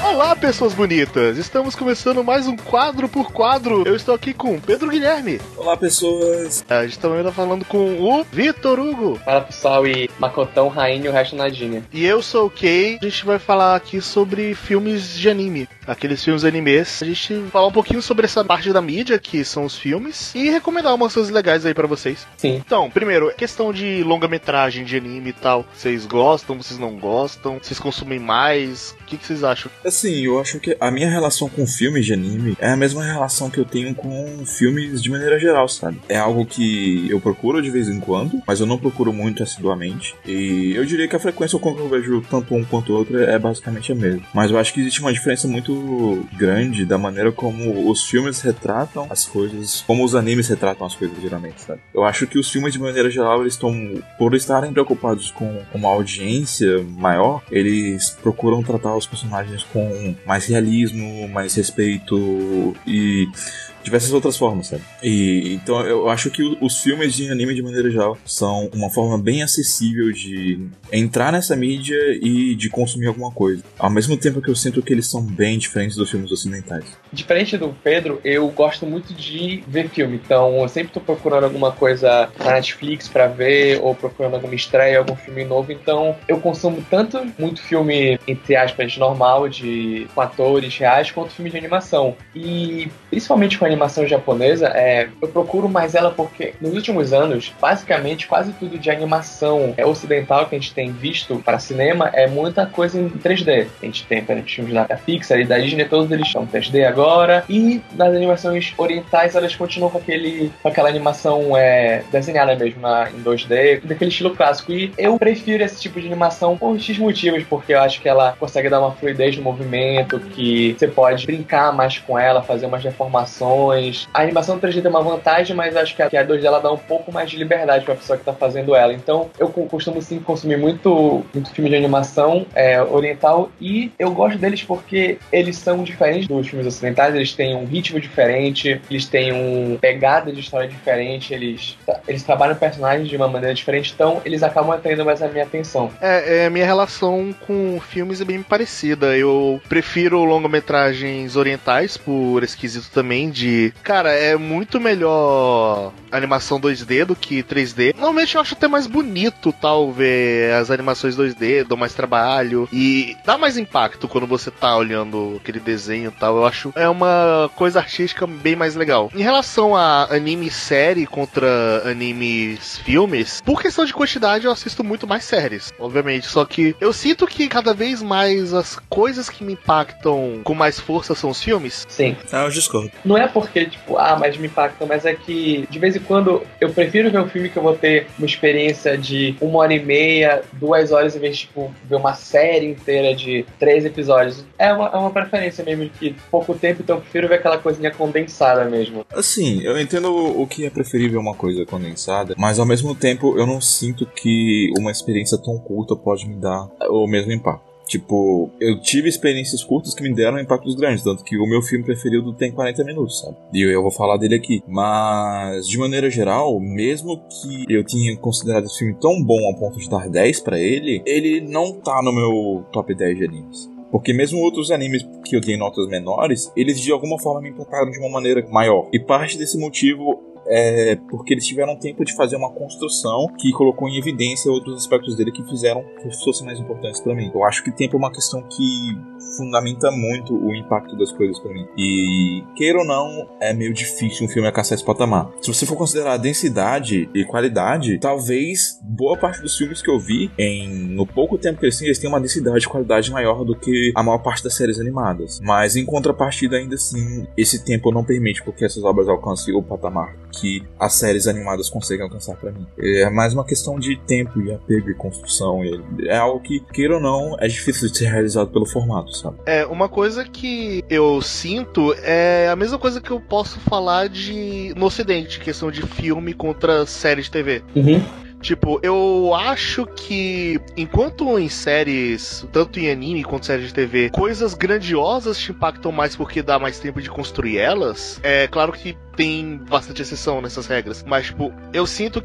Olá, pessoas bonitas! Estamos começando mais um Quadro por Quadro. Eu estou aqui com Pedro Guilherme. Olá, pessoas! A gente também está falando com o Vitor Hugo. Fala, pessoal, e Macotão, Rainha e o resto nadinha. E eu sou o Kay. A gente vai falar aqui sobre filmes de anime. Aqueles filmes animes. A gente vai falar um pouquinho sobre essa parte da mídia, que são os filmes, e recomendar umas coisas legais aí pra vocês. Sim. Então, primeiro, questão de longa-metragem de anime e tal. Vocês gostam? Vocês não gostam? Vocês consumem mais? O que vocês acham? Assim, eu acho que a minha relação com filmes de anime é a mesma relação que eu tenho com filmes de maneira geral, sabe? É algo que eu procuro de vez em quando, mas eu não procuro muito assiduamente. E eu diria que a frequência com que eu vejo tanto um quanto o outro é basicamente a mesma. Mas eu acho que existe uma diferença muito grande da maneira como os filmes retratam as coisas, como os animes retratam as coisas geralmente, sabe? Eu acho que os filmes de maneira geral, eles estão, por estarem preocupados com uma audiência maior, eles procuram tratar os personagens com mais realismo, mais respeito e diversas outras formas, sabe? E então eu acho que os filmes de anime de maneira geral são uma forma bem acessível de entrar nessa mídia e de consumir alguma coisa. Ao mesmo tempo que eu sinto que eles são bem diferentes dos filmes ocidentais. Diferente do Pedro, eu gosto muito de ver filme, então eu sempre tô procurando alguma coisa na Netflix pra ver, ou procurando alguma estreia, algum filme novo, então eu consumo tanto muito filme, entre aspas, normal, com atores reais, quanto filme de animação. E principalmente com a animação japonesa, eu procuro mais ela porque nos últimos anos, basicamente quase tudo de animação ocidental que a gente tem visto para cinema é muita coisa em 3D. A gente tem filmes da Pixar e da Disney, todos eles são 3D agora, e nas animações orientais elas continuam com aquela animação desenhada mesmo em 2D, daquele estilo clássico. E eu prefiro esse tipo de animação por X motivos, porque eu acho que ela consegue dar uma fluidez no movimento, que você pode brincar mais com ela, fazer umas deformações. A animação 3D tem uma vantagem, mas acho que a 2D ela dá um pouco mais de liberdade para a pessoa que está fazendo ela. Então eu costumo sim consumir muito filme de animação oriental, e eu gosto deles porque eles são diferentes dos filmes ocidentais. Eles têm um ritmo diferente, eles têm uma pegada de história diferente, eles trabalham personagens de uma maneira diferente, então eles acabam atraindo mais a minha atenção. A minha relação com filmes é bem parecida. Eu prefiro longa-metragens orientais por esquisito também cara, é muito melhor animação 2D do que 3D. Normalmente eu acho até mais bonito, tal, ver as animações 2D, dão mais trabalho e dá mais impacto quando você tá olhando aquele desenho e tal. Eu acho uma coisa artística bem mais legal. Em relação a anime série contra animes filmes, por questão de quantidade eu assisto muito mais séries, obviamente, só que eu sinto que cada vez mais as coisas que me impactam com mais força são os filmes. Sim. Eu discordo. Não é porque, mas me impacta, mas é que de vez em quando eu prefiro ver um filme que eu vou ter uma experiência de 1h30, 2 horas, em vez de, ver uma série inteira de 3 episódios. É uma preferência mesmo de pouco tempo, então eu prefiro ver aquela coisinha condensada mesmo. Assim, eu entendo o que é preferível uma coisa condensada, mas ao mesmo tempo eu não sinto que uma experiência tão curta pode me dar o mesmo impacto. Tipo, eu tive experiências curtas que me deram impactos grandes, tanto que o meu filme preferido tem 40 minutos, sabe? E eu vou falar dele aqui. Mas, de maneira geral, mesmo que eu tenha considerado esse filme tão bom ao ponto de dar 10 pra ele não tá no meu top 10 de animes. Porque mesmo outros animes que eu dei notas menores, eles de alguma forma me impactaram de uma maneira maior. E parte desse motivo porque eles tiveram tempo de fazer uma construção que colocou em evidência outros aspectos dele que fizeram que fossem mais importantes pra mim. Eu acho que tempo é uma questão que fundamenta muito o impacto das coisas pra mim. E, queira ou não, é meio difícil um filme alcançar esse patamar. Se você for considerar densidade e qualidade, talvez boa parte dos filmes que eu vi, no pouco tempo que eles têm uma densidade e qualidade maior do que a maior parte das séries animadas. Mas, em contrapartida, ainda assim, esse tempo não permite porque essas obras alcancem o patamar que as séries animadas conseguem alcançar pra mim. É mais uma questão de tempo e apego e construção. É algo que, queira ou não, é difícil de ser realizado pelo formato, sabe? Uma coisa que eu sinto é a mesma coisa que eu posso falar no Ocidente, questão de filme contra série de TV. Uhum. Tipo, eu acho que enquanto em séries, tanto em anime quanto séries de TV, coisas grandiosas te impactam mais porque dá mais tempo de construir elas, é claro que tem bastante exceção nessas regras, mas tipo, eu sinto que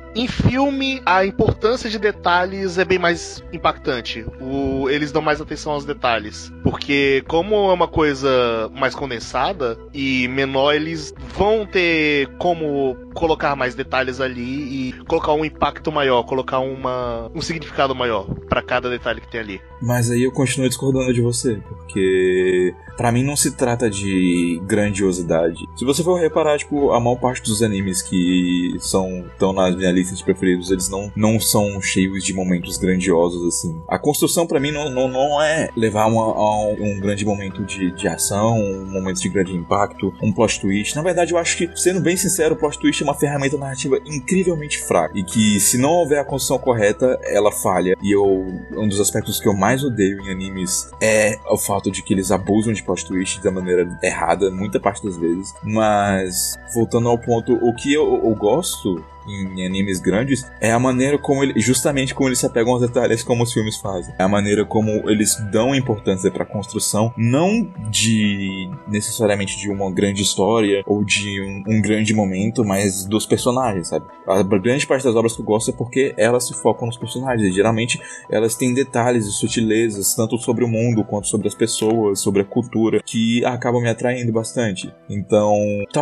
Em filme, a importância de detalhes é bem mais impactante. Eles dão mais atenção aos detalhes. Porque como é uma coisa mais condensada e menor, eles vão ter como colocar mais detalhes ali e colocar um impacto maior, colocar um significado maior pra cada detalhe que tem ali. Mas aí eu continuo discordando de você, porque pra mim não se trata de grandiosidade. Se você for reparar, tipo, a maior parte dos animes que estão nas minhas listas de preferidos, eles não são cheios de momentos grandiosos, assim. A construção pra mim não é levar a um grande momento de ação, um momento de grande impacto, um plot twist. Na verdade, eu acho que, sendo bem sincero, o plot twist é uma ferramenta narrativa incrivelmente fraca, e que, se não houver a construção correta, ela falha. E um dos aspectos que eu mais odeio em animes é o fato de que eles abusam de plot twist da maneira errada, muita parte das vezes. Mas, voltando ao ponto, o que eu gosto em animes grandes é a maneira como justamente como eles se apegam aos detalhes, como os filmes fazem. É a maneira como eles dão importância pra construção, não necessariamente de uma grande história ou de um grande momento, mas dos personagens, sabe? A grande parte das obras que eu gosto é porque elas se focam nos personagens, e geralmente elas têm detalhes e sutilezas, tanto sobre o mundo quanto sobre as pessoas, sobre a cultura, que acabam me atraindo bastante. Então,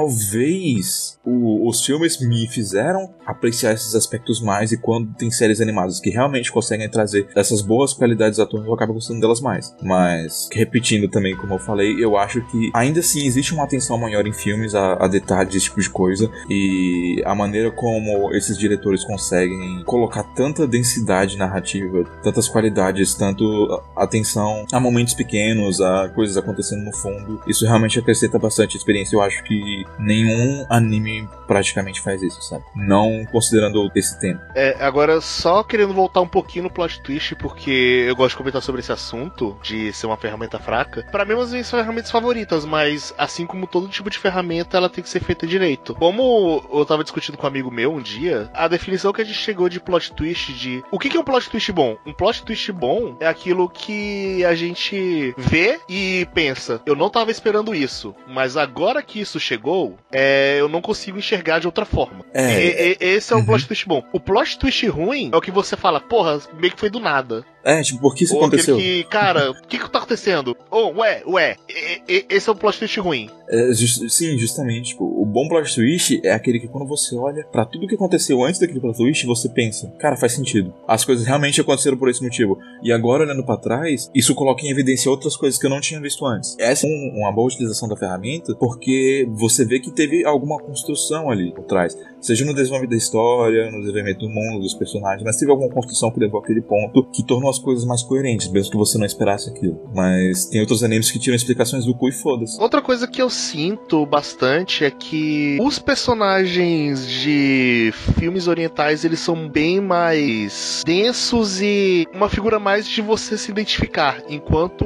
talvez os filmes me fizeram apreciar esses aspectos mais, e quando tem séries animadas que realmente conseguem trazer essas boas qualidades à tona, eu acabo gostando delas mais. Mas, repetindo também, como eu falei, eu acho que ainda assim existe uma atenção maior em filmes a detalhes, esse tipo de coisa, e a maneira como esses diretores conseguem colocar tanta densidade narrativa, tantas qualidades, tanto atenção a momentos pequenos, a coisas acontecendo no fundo, isso realmente acrescenta bastante a experiência. Eu acho que nenhum anime praticamente faz isso, sabe? Não considerando esse tempo. Agora, só querendo voltar um pouquinho no plot twist, porque eu gosto de comentar sobre esse assunto, de ser uma ferramenta fraca. Pra mim, é uma das minhas ferramentas favoritas, mas assim como todo tipo de ferramenta, ela tem que ser feita direito. Como eu tava discutindo com um amigo meu um dia, a definição que a gente chegou de plot twist, de o que é um plot twist bom? Um plot twist bom é aquilo que a gente vê e pensa, eu não tava esperando isso, mas agora que isso chegou, eu não consigo enxergar de outra forma. Esse é o plot twist bom. O plot twist ruim é o que você fala, porra, meio que foi do nada. Tipo, por que isso aconteceu? Cara, o que tá acontecendo? Esse é o plot twist ruim. Sim, justamente. Tipo, o bom plot twist é aquele que, quando você olha pra tudo que aconteceu antes daquele plot twist, você pensa, cara, faz sentido. As coisas realmente aconteceram por esse motivo. E agora, olhando pra trás, isso coloca em evidência outras coisas que eu não tinha visto antes. Essa é uma boa utilização da ferramenta, porque você vê que teve alguma construção ali por trás. Seja no desenvolvimento da história, no desenvolvimento do mundo, dos personagens, mas teve alguma construção que levou àquele ponto que tornou as coisas mais coerentes, mesmo que você não esperasse aquilo. Mas tem outros animes que tiram explicações do cu e foda-se. Outra coisa que eu sinto bastante é que os personagens de filmes orientais, eles são bem mais densos e uma figura mais de você se identificar, enquanto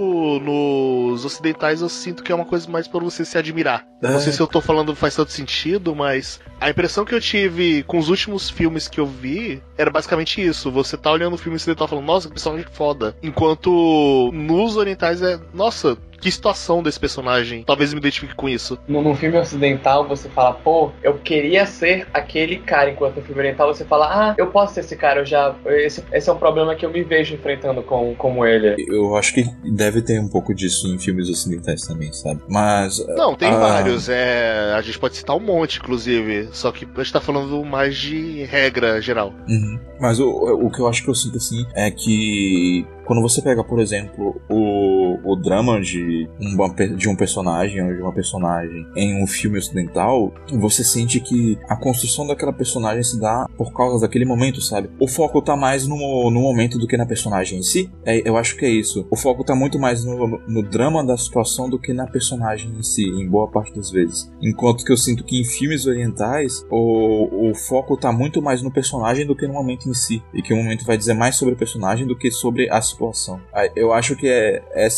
nos ocidentais eu sinto que é uma coisa mais pra você se admirar. Não sei se eu tô falando faz tanto sentido, mas a impressão que eu tive com os últimos filmes que eu vi era basicamente isso. Você tá olhando o filme e você tá falando, nossa, que personagem foda. Enquanto nos orientais nossa, que situação desse personagem. Talvez eu me identifique com isso. Num filme ocidental, você fala, pô, eu queria ser aquele cara. Enquanto no filme oriental, você fala, eu posso ser esse cara. Esse é um problema que eu me vejo enfrentando como ele. Eu acho que deve ter um pouco disso em filmes ocidentais também, sabe? Mas... Não, tem vários. A gente pode citar um monte, inclusive. Só que a gente tá falando mais de regra geral. Uhum. Mas o que eu acho que eu sinto, assim, é que... Quando você pega, por exemplo, o drama de um personagem ou de uma personagem em um filme ocidental, você sente que a construção daquela personagem se dá por causa daquele momento, sabe? O foco tá mais no momento do que na personagem em si. Eu acho que é isso. O foco tá muito mais no drama da situação do que na personagem em si, em boa parte das vezes. Enquanto que eu sinto que em filmes orientais, o foco tá muito mais no personagem do que no momento em si. E que o momento vai dizer mais sobre o personagem do que sobre a situação. Eu acho que essa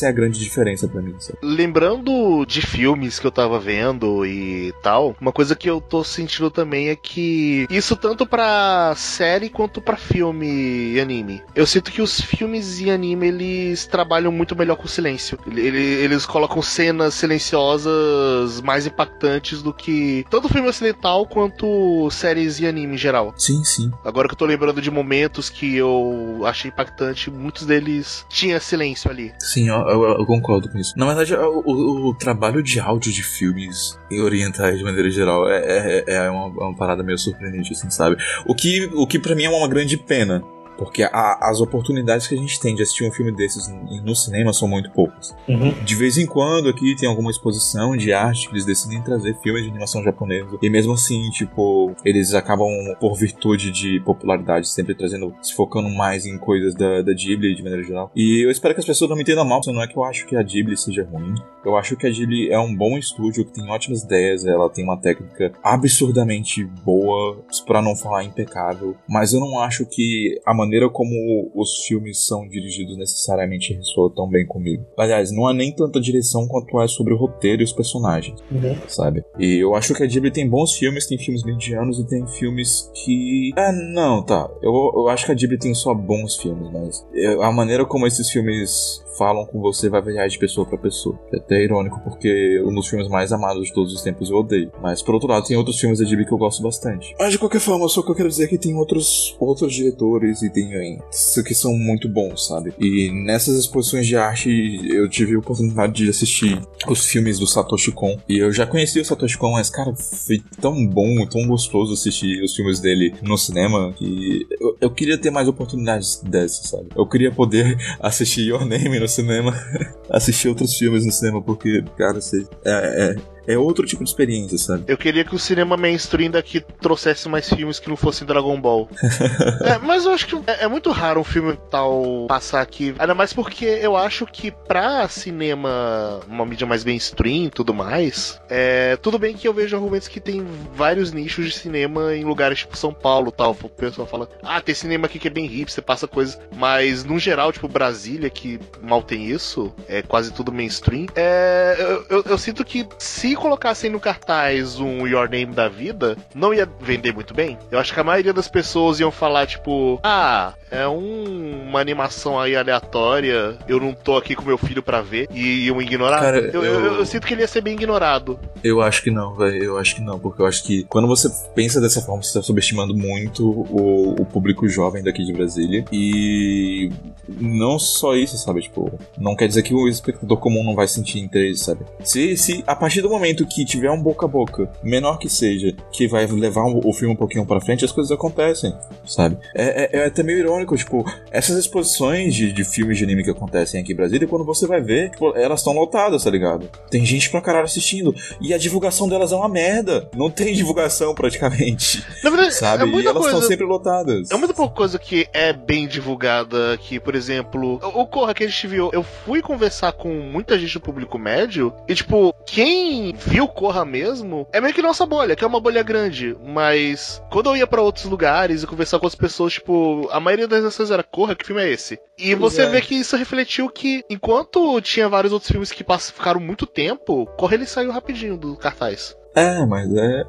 essa é a grande diferença pra mim, sabe? Lembrando de filmes que eu tava vendo e tal, uma coisa que eu tô sentindo também é que isso tanto pra série quanto pra filme e anime. Eu sinto que os filmes e anime, eles trabalham muito melhor com silêncio. Eles colocam cenas silenciosas mais impactantes do que tanto filme ocidental quanto séries e anime em geral. Sim, sim. Agora que eu tô lembrando de momentos que eu achei impactante, muitos deles tinha silêncio ali. Sim, eu concordo com isso. Na verdade, o trabalho de áudio de filmes orientais, de maneira geral, é uma parada meio surpreendente, assim, sabe? O que pra mim é uma grande pena. Porque as oportunidades que a gente tem de assistir um filme desses no cinema são muito poucas. Uhum. De vez em quando aqui tem alguma exposição de arte que eles decidem trazer filmes de animação japonesa. E mesmo assim, tipo, eles acabam, por virtude de popularidade, sempre se focando mais em coisas da Ghibli de maneira geral. E eu espero que as pessoas não me entendam mal, não é que eu acho que a Ghibli seja ruim. Eu acho que a Ghibli é um bom estúdio, que tem ótimas ideias, ela tem uma técnica absurdamente boa, pra não falar impecável. Mas eu não acho que a maneira como os filmes são dirigidos necessariamente ressoa tão bem comigo. Aliás, não há nem tanta direção quanto é sobre o roteiro e os personagens, sabe? E eu acho que a Ghibli tem bons filmes, tem filmes medianos e tem filmes que... Eu acho que a Ghibli tem só bons filmes, mas a maneira como esses filmes falam com você vai variar de pessoa pra pessoa. É até irônico, porque um dos filmes mais amados de todos os tempos eu odeio. Mas, por outro lado, tem outros filmes da Ghibli que eu gosto bastante. Mas, de qualquer forma, só que eu quero dizer que tem outros diretores e tem que são muito bons, sabe? E nessas exposições de arte, eu tive a oportunidade de assistir os filmes do Satoshi Kon. E eu já conheci o Satoshi Kon, mas, cara, foi tão bom, tão gostoso assistir os filmes dele no cinema que eu queria ter mais oportunidades dessas, sabe? Eu queria poder assistir Your Name no cinema, assistir outros filmes no cinema, porque, cara, é outro tipo de experiência, sabe? Eu queria que o cinema mainstream daqui trouxesse mais filmes que não fossem Dragon Ball. Mas eu acho que é muito raro um filme tal passar aqui. Ainda mais porque eu acho que pra cinema, uma mídia mais mainstream e tudo mais, tudo bem que eu vejo argumentos que tem vários nichos de cinema em lugares tipo São Paulo e tal. O pessoal fala, tem cinema aqui que é bem hipster, passa coisas. Mas, no geral, tipo, Brasília, que mal tem isso, é quase tudo mainstream. Eu sinto que se colocassem no cartaz um Your Name da vida, não ia vender muito bem. Eu acho que a maioria das pessoas iam falar, tipo, é uma animação aí aleatória, eu não tô aqui com meu filho pra ver, e iam ignorar. Cara, eu sinto que ele ia ser bem ignorado. Eu acho que não, velho. Eu acho que não, porque eu acho que quando você pensa dessa forma, você tá subestimando muito o público jovem daqui de Brasília. E não só isso, sabe? Tipo, não quer dizer que o espectador comum não vai sentir interesse, sabe? Se a partir do momento que tiver um boca a boca, menor que seja, que vai levar o filme um pouquinho pra frente, as coisas acontecem, sabe? É até meio irônico, tipo, essas exposições de filmes de anime que acontecem aqui em Brasília, quando você vai ver, tipo, elas estão lotadas, tá ligado? Tem gente pra caralho assistindo, e a divulgação delas é uma merda. Não tem divulgação praticamente. Na verdade, sabe? E elas estão sempre lotadas. É muito pouca coisa que é bem divulgada aqui, por exemplo, o Corra que a gente viu, eu fui conversar com muita gente do público médio, e tipo, quem viu Corra mesmo, é meio que nossa bolha, que é uma bolha grande, mas quando eu ia pra outros lugares e conversar com as pessoas, tipo, a maioria das pessoas era, Corra, que filme é esse? E você vê que isso refletiu que, enquanto tinha vários outros filmes que ficaram muito tempo, Corra ele saiu rapidinho do cartaz. Mas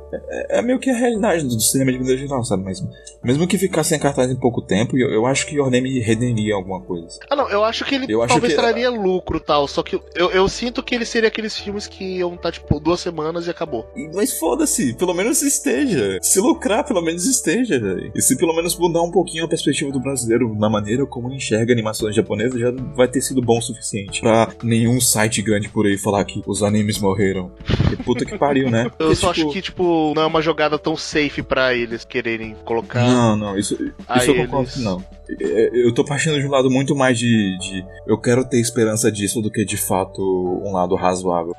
é meio que a realidade do cinema de maneira geral, sabe? Mas mesmo que ficasse em cartaz em pouco tempo, eu acho que Your Name renderia alguma coisa. Não, eu acho que ele talvez traria lucro e tal, só que eu sinto que ele seria aqueles filmes que iam estar, tipo, 2 semanas e acabou. Mas foda-se, pelo menos esteja. Se lucrar, pelo menos esteja, velho. E se pelo menos mudar um pouquinho a perspectiva do brasileiro na maneira como ele enxerga animações japonesas, já vai ter sido bom o suficiente pra nenhum site grande por aí falar que os animes morreram. Que puta que pariu, né? Eu só acho que, tipo, não é uma jogada tão safe pra eles quererem colocar. Não, isso eu concordo que não. Eu tô partindo de um lado muito mais de eu quero ter esperança disso do que de fato um lado razoável.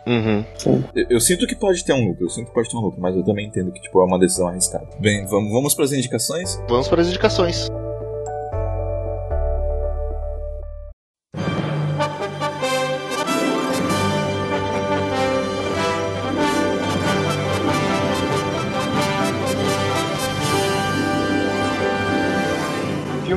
Eu sinto que pode ter um lucro, mas eu também entendo que, tipo, é uma decisão arriscada. Bem, vamos pras indicações? Vamos para as indicações.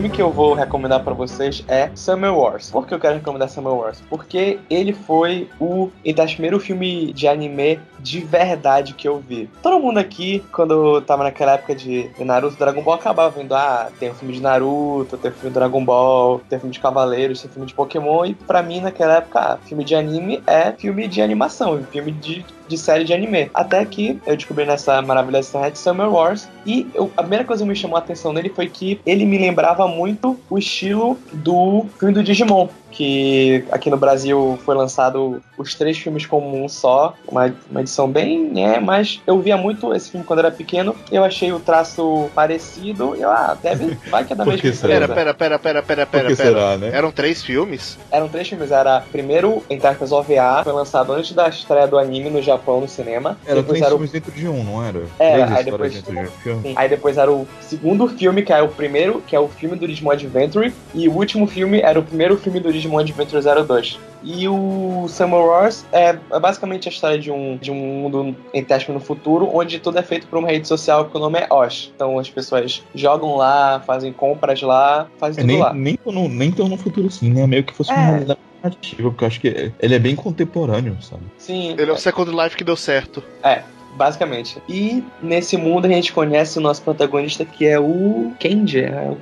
filme que eu vou recomendar pra vocês é Summer Wars. Por que eu quero recomendar Summer Wars? Porque ele foi entre o primeiro filme de anime de verdade que eu vi. Todo mundo aqui, quando eu tava naquela época de Naruto, Dragon Ball, acabava vendo, tem um filme de Naruto, tem um filme de Dragon Ball, tem um filme de Cavaleiros, tem um filme de Pokémon, e pra mim, naquela época, filme de anime é filme de animação, filme de série de anime. Até que eu descobri nessa maravilhosa internet Summer Wars, e a primeira coisa que me chamou a atenção nele foi que ele me lembrava muito o estilo do filme do Digimon, que aqui no Brasil foi lançado os 3 filmes como um só, uma edição bem, mas eu via muito esse filme quando era pequeno, eu achei o traço parecido, vai que é da mesma empresa. Pera. Será, né? Eram 3 filmes? Eram 3 filmes, era primeiro, entre aspas, OVA, foi lançado antes da estreia do anime no Japão, no cinema. Era 3 filmes dentro de um, não era? Aí depois... Sim. Aí depois era o segundo filme, que é o primeiro, que é o filme do Digimon Adventure, e o último filme era o primeiro filme do Digimon Adventure 02. E o Summer Wars é basicamente a história de um mundo, entre aspas, no futuro, onde tudo é feito por uma rede social que o nome é Osh. Então as pessoas jogam lá, fazem compras lá, fazem tudo lá. Nem tão no futuro assim, né? Meio que fosse uma realidade alternativa, porque eu acho que ele é bem contemporâneo, sabe? Sim. Ele é o Second Life que deu certo. Basicamente. E nesse mundo a gente conhece o nosso protagonista, que é o Kenji.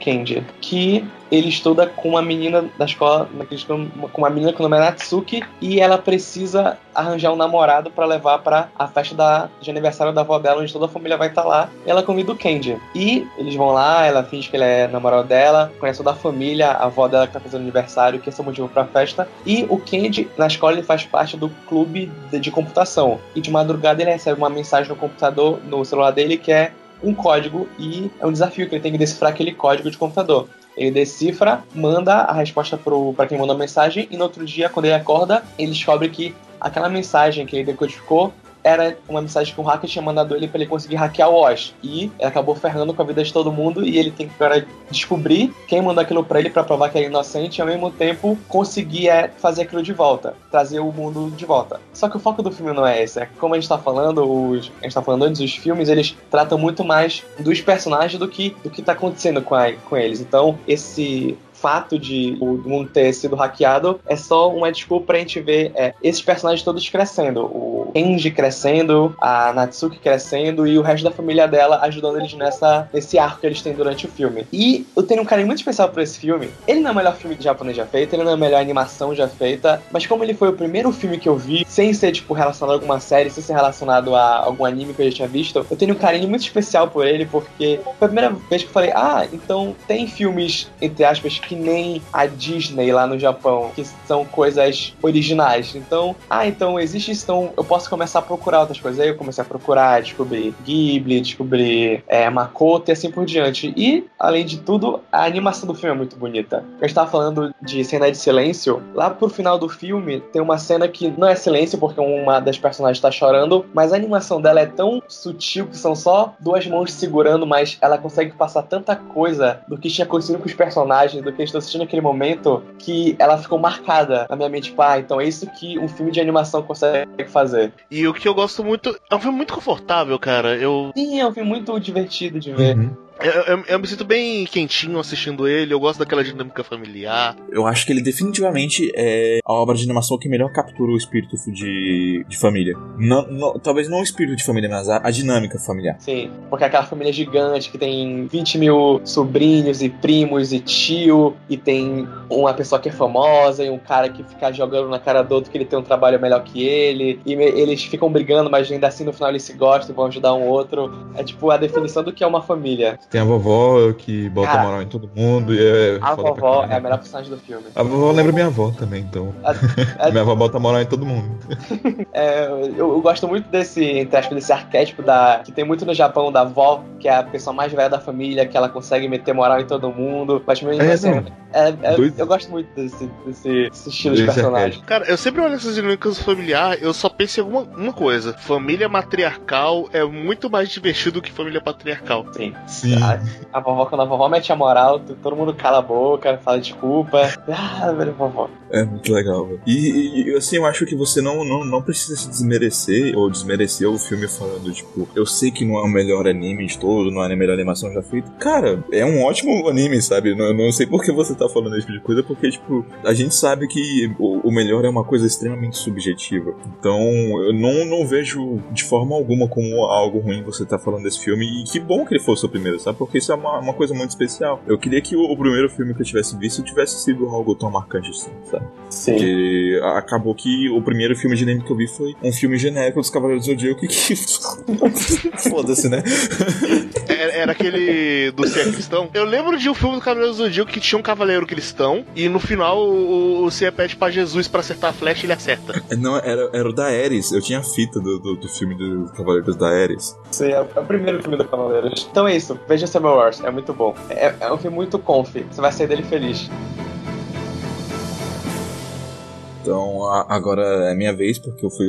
Que ele estuda com uma menina da escola, com uma menina que o nome é Natsuki, e ela precisa arranjar um namorado pra levar pra a festa de aniversário da avó dela, onde toda a família vai estar lá. E ela convida o Kenji. E eles vão lá, ela finge que ele é namorado dela, conhece toda a família, a avó dela que tá fazendo aniversário, que esse é o motivo pra festa. E o Kenji, na escola, ele faz parte do clube de computação. E de madrugada ele recebe uma mensagem no computador, no celular dele, que é um código, e é um desafio que ele tem que decifrar aquele código de computador. Ele decifra, manda a resposta pra quem mandou a mensagem, e no outro dia, quando ele acorda, ele descobre que aquela mensagem que ele decodificou era uma mensagem que um hacker tinha mandado ele pra ele conseguir hackear o Osh. E ele acabou ferrando com a vida de todo mundo, e ele tem que agora descobrir quem mandou aquilo pra ele pra provar que ele é inocente, e ao mesmo tempo conseguir fazer aquilo de volta, trazer o mundo de volta. Só que o foco do filme não é esse. Como a gente tá falando, antes, os filmes, eles tratam muito mais dos personagens do que tá acontecendo com eles. Então, esse fato de o mundo ter sido hackeado é só uma desculpa pra gente ver esses personagens todos crescendo. O Kenji crescendo, a Natsuki crescendo e o resto da família dela ajudando eles nesse arco que eles têm durante o filme. E eu tenho um carinho muito especial por esse filme. Ele não é o melhor filme japonês já feito, ele não é a melhor animação já feita, mas como ele foi o primeiro filme que eu vi, sem ser relacionado a alguma série, sem ser relacionado a algum anime que eu já tinha visto, eu tenho um carinho muito especial por ele, porque foi a primeira vez que eu falei, então tem filmes, entre aspas, que nem a Disney lá no Japão, que são coisas originais. Então, existe isso, então eu posso começar a procurar outras coisas. Aí eu comecei a procurar, descobrir Ghibli, descobrir Makoto e assim por diante. E, além de tudo, a animação do filme é muito bonita. Eu estava falando de cena de silêncio. Lá pro final do filme, tem uma cena que não é silêncio, porque uma das personagens está chorando, mas a animação dela é tão sutil que são só 2 mãos segurando, mas ela consegue passar tanta coisa do que tinha acontecido com os personagens, do que eles estão assistindo naquele momento, que ela ficou marcada na minha mente. Então é isso que um filme de animação consegue fazer. E o que eu gosto muito, é um filme muito confortável, cara. Sim, é um filme muito divertido de ver. Eu me sinto bem quentinho assistindo ele, eu gosto daquela dinâmica familiar. Eu acho que ele definitivamente é a obra de animação que melhor captura o espírito de família. Talvez não o espírito de família, mas a dinâmica familiar. Sim, porque aquela família gigante que tem 20 mil sobrinhos e primos e tio, e tem uma pessoa que é famosa e um cara que fica jogando na cara do outro que ele tem um trabalho melhor que ele, e eles ficam brigando, mas ainda assim no final eles se gostam e vão ajudar um outro. É tipo a definição do que é uma família. Tem a vovó que bota moral em todo mundo e a vovó é a melhor personagem do filme. A vovó lembra minha avó também, então. Minha avó bota moral em todo mundo. Eu gosto muito desse arquétipo que tem muito no Japão, da avó, que é a pessoa mais velha da família, que ela consegue meter moral em todo mundo. Mas mesmo eu gosto muito desse estilo de personagem. Cara, eu sempre olho essas dinâmicas familiares, eu só penso em uma coisa. Família matriarcal é muito mais divertido que família patriarcal. Sim. A vovó, quando a vovó mete a moral, todo mundo cala a boca, fala desculpa. Velho, vovó. É muito legal, velho. E assim, eu acho que você não precisa se desmerecer ou desmerecer o filme falando, tipo, eu sei que não é o melhor anime de todos, todo, não é a melhor animação já feita. Cara, é um ótimo anime, sabe? Não sei por que você tá falando esse tipo de coisa, porque, tipo, a gente sabe que o melhor é uma coisa extremamente subjetiva. Então, eu não vejo de forma alguma como algo ruim você tá falando desse filme, e que bom que ele fosse o primeiro, sabe? Porque isso é uma coisa muito especial. Eu queria que o primeiro filme que eu tivesse visto tivesse sido algo tão marcante assim, sabe? Sim. Porque acabou que o primeiro filme de anime que eu vi foi um filme genérico dos Cavaleiros do Zodíaco que... Foda-se, né? Era aquele do Seiya cristão. Eu lembro de um filme do Cavaleiro do Zodíaco que tinha um cavaleiro cristão e no final o Seiya pede pra Jesus pra acertar a flecha e ele acerta. Não, era o da Ares. Eu tinha a fita do filme dos Cavaleiros da Ares. Sim, é o primeiro filme do Cavaleiros. Então é isso, veja Summer Wars, é muito bom. É um filme muito comfy, você vai sair dele feliz. Então, agora é minha vez, porque eu fui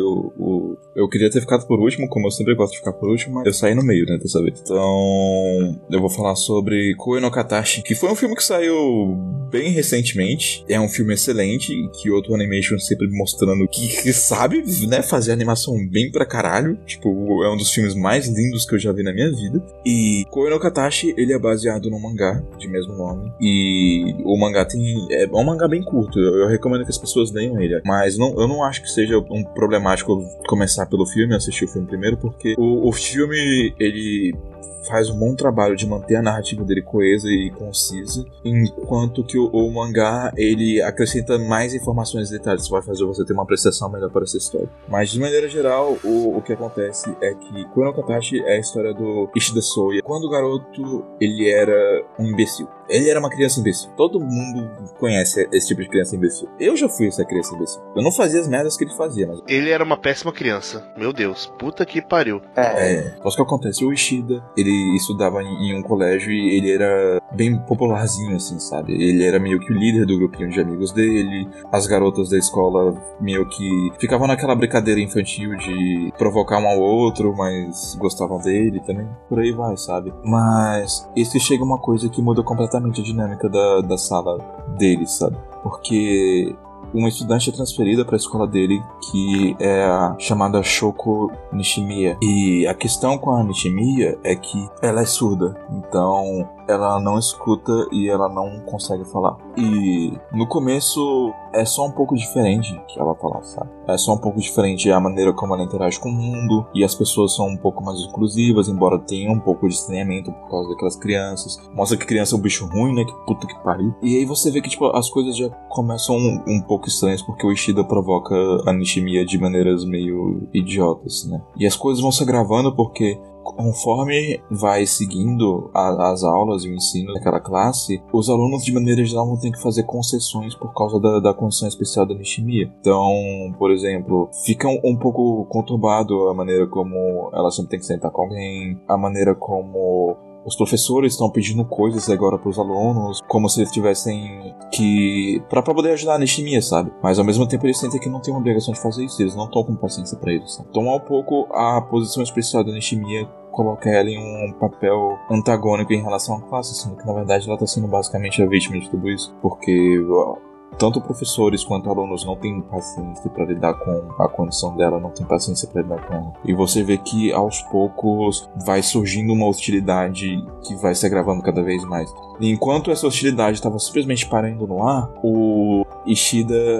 eu queria ter ficado por último, como eu sempre gosto de ficar por último, mas eu saí no meio, né, dessa vez. Então, eu vou falar sobre Koe no Katachi, que foi um filme que saiu bem recentemente. É um filme excelente, que Kyoto Animation sempre mostrando que sabe, né, fazer animação bem pra caralho. Tipo, é um dos filmes mais lindos que eu já vi na minha vida. E Koe no Katachi, ele é baseado num mangá de mesmo nome. E o mangá é um mangá bem curto, eu recomendo que as pessoas leiam ele. Mas eu não acho que seja um problemático começar pelo filme, assistir o filme primeiro, porque o filme, ele faz um bom trabalho de manter a narrativa dele coesa e concisa, enquanto que o mangá, ele acrescenta mais informações e detalhes, que vai fazer você ter uma apreciação melhor para essa história. Mas, de maneira geral, o que acontece é que Koe no Katachi é a história do Ishida Soya. Quando o garoto, ele era um imbecil. Ele era uma criança imbecil. Todo mundo conhece esse tipo de criança imbecil. Eu já fui essa criança imbecil. Eu não fazia as merdas que ele fazia, mas... Ele era uma péssima criança. Meu Deus, puta que pariu. Mas o que acontece? O Ishida, ele estudava em um colégio e ele era bem popularzinho, assim, sabe? Ele era meio que o líder do grupinho de amigos dele. As garotas da escola meio que ficavam naquela brincadeira infantil de provocar um ao outro, mas gostavam dele também. Por aí vai, sabe? Mas esse chega uma coisa que muda completamente a dinâmica da sala dele, sabe? Porque uma estudante é transferida para a escola dele, que é a chamada Shoko Nishimiya. E a questão com a Nishimiya é que ela é surda, então ela não escuta e ela não consegue falar. E no começo é só um pouco diferente que ela fala, sabe? É só um pouco diferente a maneira como ela interage com o mundo, e as pessoas são um pouco mais inclusivas, embora tenha um pouco de estranhamento por causa daquelas crianças. Mostra que criança é um bicho ruim, né? Que puta que pariu. E aí você vê que, tipo, as coisas já começam um pouco estranhas, porque o Ishida provoca a Nishimiya de maneiras meio idiotas, né? E as coisas vão se agravando porque conforme vai seguindo as aulas e o ensino daquela classe, os alunos de maneira geral vão ter que fazer concessões por causa da condição especial da Nishimiya. Então, por exemplo, fica um pouco conturbado a maneira como ela sempre tem que sentar com alguém, a maneira como os professores estão pedindo coisas agora para os alunos, como se eles tivessem que... pra poder ajudar a Nishimiya, sabe? Mas ao mesmo tempo eles sentem que não tem uma obrigação de fazer isso, eles não estão com paciência para isso, sabe? Então, ao pouco, a posição especial da Nishimiya coloca ela em um papel antagônico em relação à classe, sendo que na verdade ela está sendo basicamente a vítima de tudo isso, porque tanto professores quanto alunos não têm paciência para lidar com a condição dela, não têm paciência para lidar com ela. E você vê que aos poucos vai surgindo uma hostilidade que vai se agravando cada vez mais. E enquanto essa hostilidade estava simplesmente parando no ar, o Ishida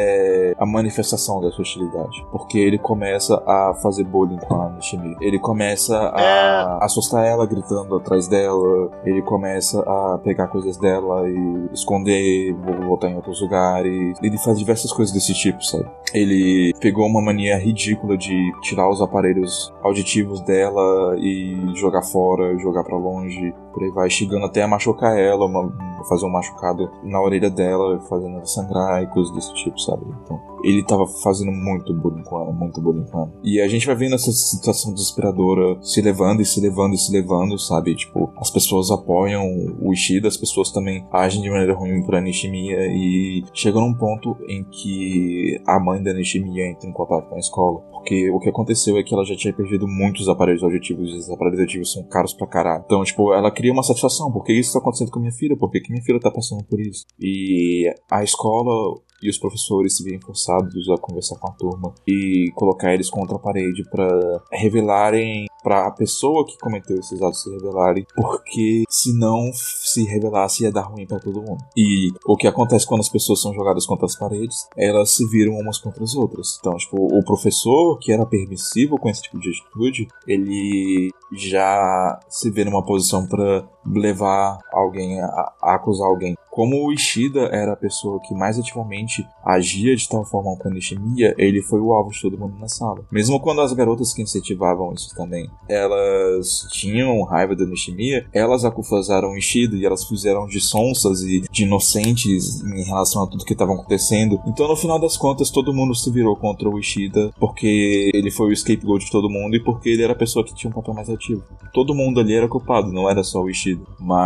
é a manifestação dessa hostilidade, porque ele começa a fazer bullying com a Nishimiya. Ele começa a assustar ela gritando atrás dela, ele começa a pegar coisas dela e esconder, botar em outros lugares. Ele faz diversas coisas desse tipo, sabe? Ele pegou uma mania ridícula de tirar os aparelhos auditivos dela e jogar fora, jogar pra longe, por aí vai, chegando até a machucar ela, fazer um machucado na orelha dela, fazendo ela sangrar e coisas desse tipo, sabe? Então, ele tava fazendo muito bullying com ela, muito bullying com ela. E a gente vai vendo essa situação desesperadora se levando e se levando e se levando, sabe? Tipo, as pessoas apoiam o Ishida, as pessoas também agem de maneira ruim pra Nishimiya, e chega num ponto em que a mãe da Nishimiya entra em contato com a escola, porque o que aconteceu é que ela já tinha perdido muitos aparelhos auditivos, e esses aparelhos auditivos são caros pra caralho. Então, tipo, ela cria uma satisfação, porque isso tá acontecendo com minha filha, porque que minha filha tá passando por isso. E a escola e os professores se veem forçados a conversar com a turma e colocar eles contra a parede pra revelarem, pra pessoa que cometeu esses atos se revelarem, porque se não se revelasse ia dar ruim pra todo mundo. E o que acontece quando as pessoas são jogadas contra as paredes, elas se viram umas contra as outras. Então, tipo, o professor que era permissivo com esse tipo de atitude, ele já se vê numa posição pra levar alguém a acusar alguém. Como o Ishida era a pessoa que mais ativamente agia de tal forma com a Nishimiya, ele foi o alvo de todo mundo na sala. Mesmo quando as garotas que incentivavam isso também, elas tinham raiva da Nishimiya, elas acusaram o Ishida e elas fizeram de sonsas e de inocentes em relação a tudo que estava acontecendo. Então, no final das contas, todo mundo se virou contra o Ishida porque ele foi o scapegoat de todo mundo e porque ele era a pessoa que tinha um papel mais ativo. Todo mundo ali era culpado, não era só o Ishida.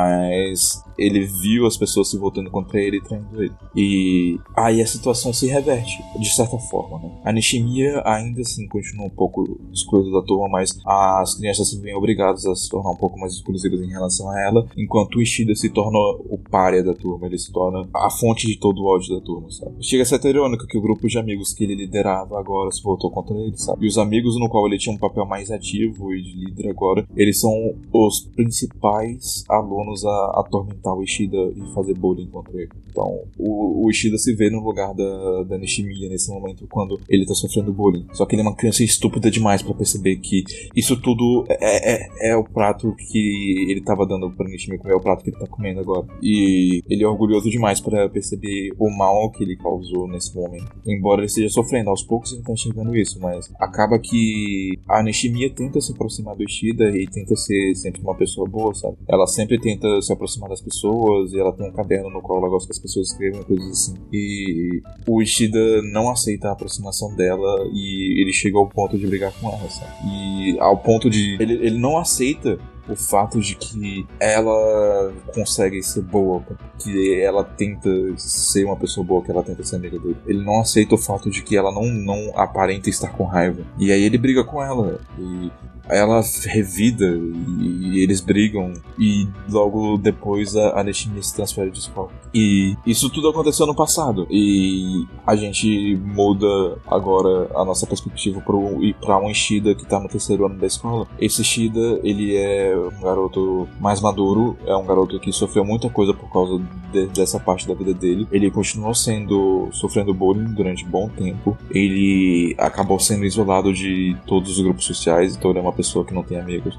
Mas ele viu as pessoas se voltando contra ele e traindo ele. E aí a situação se reverte, de certa forma, né? A Nishimiya ainda assim continua um pouco excluída da turma, mas as crianças se veem obrigadas a se tornar um pouco mais exclusivas em relação a ela, enquanto o Ishida se torna o pária da turma, ele se torna a fonte de todo o ódio da turma, sabe? Chega a ser irônico que o grupo de amigos que ele liderava agora se voltou contra ele, sabe? E os amigos no qual ele tinha um papel mais ativo e de líder agora, eles são os principais alunos a atormentar o Ishida e fazer bullying contra ele. Então, o Ishida se vê no lugar da Nishimiya nesse momento quando ele tá sofrendo bullying. Só que ele é uma criança estúpida demais pra perceber que isso tudo é o prato que ele tava dando pra Nishimiya comer, é o prato que ele tá comendo agora. E ele é orgulhoso demais pra perceber o mal que ele causou nesse momento. Embora ele esteja sofrendo, aos poucos ele tá enxergando isso, mas acaba que a Nishimiya tenta se aproximar do Ishida e tenta ser sempre uma pessoa boa, sabe? Ela sempre tenta se aproximar das pessoas e ela tem um caderno no qual ela gosta que as pessoas escrevam coisas assim. E o Ishida não aceita a aproximação dela e ele chega ao ponto de brigar com ela, sabe? E ao ponto de... Ele não aceita o fato de que ela consegue ser boa, que ela tenta ser uma pessoa boa, que ela tenta ser amiga dele. Ele não aceita o fato de que ela não aparenta estar com raiva. E aí ele briga com ela. E ela revida e eles brigam e logo depois a Nishimiya se transfere de escola. E isso tudo aconteceu no passado e a gente muda agora a nossa perspectiva pra um Ishida que tá no 3º ano da escola. Esse Ishida, ele é um garoto mais maduro, é um garoto que sofreu muita coisa por causa dessa parte da vida dele. Ele continuou sofrendo bullying durante um bom tempo. Ele acabou sendo isolado de todos os grupos sociais, então ele é uma pessoa que não tem amigos.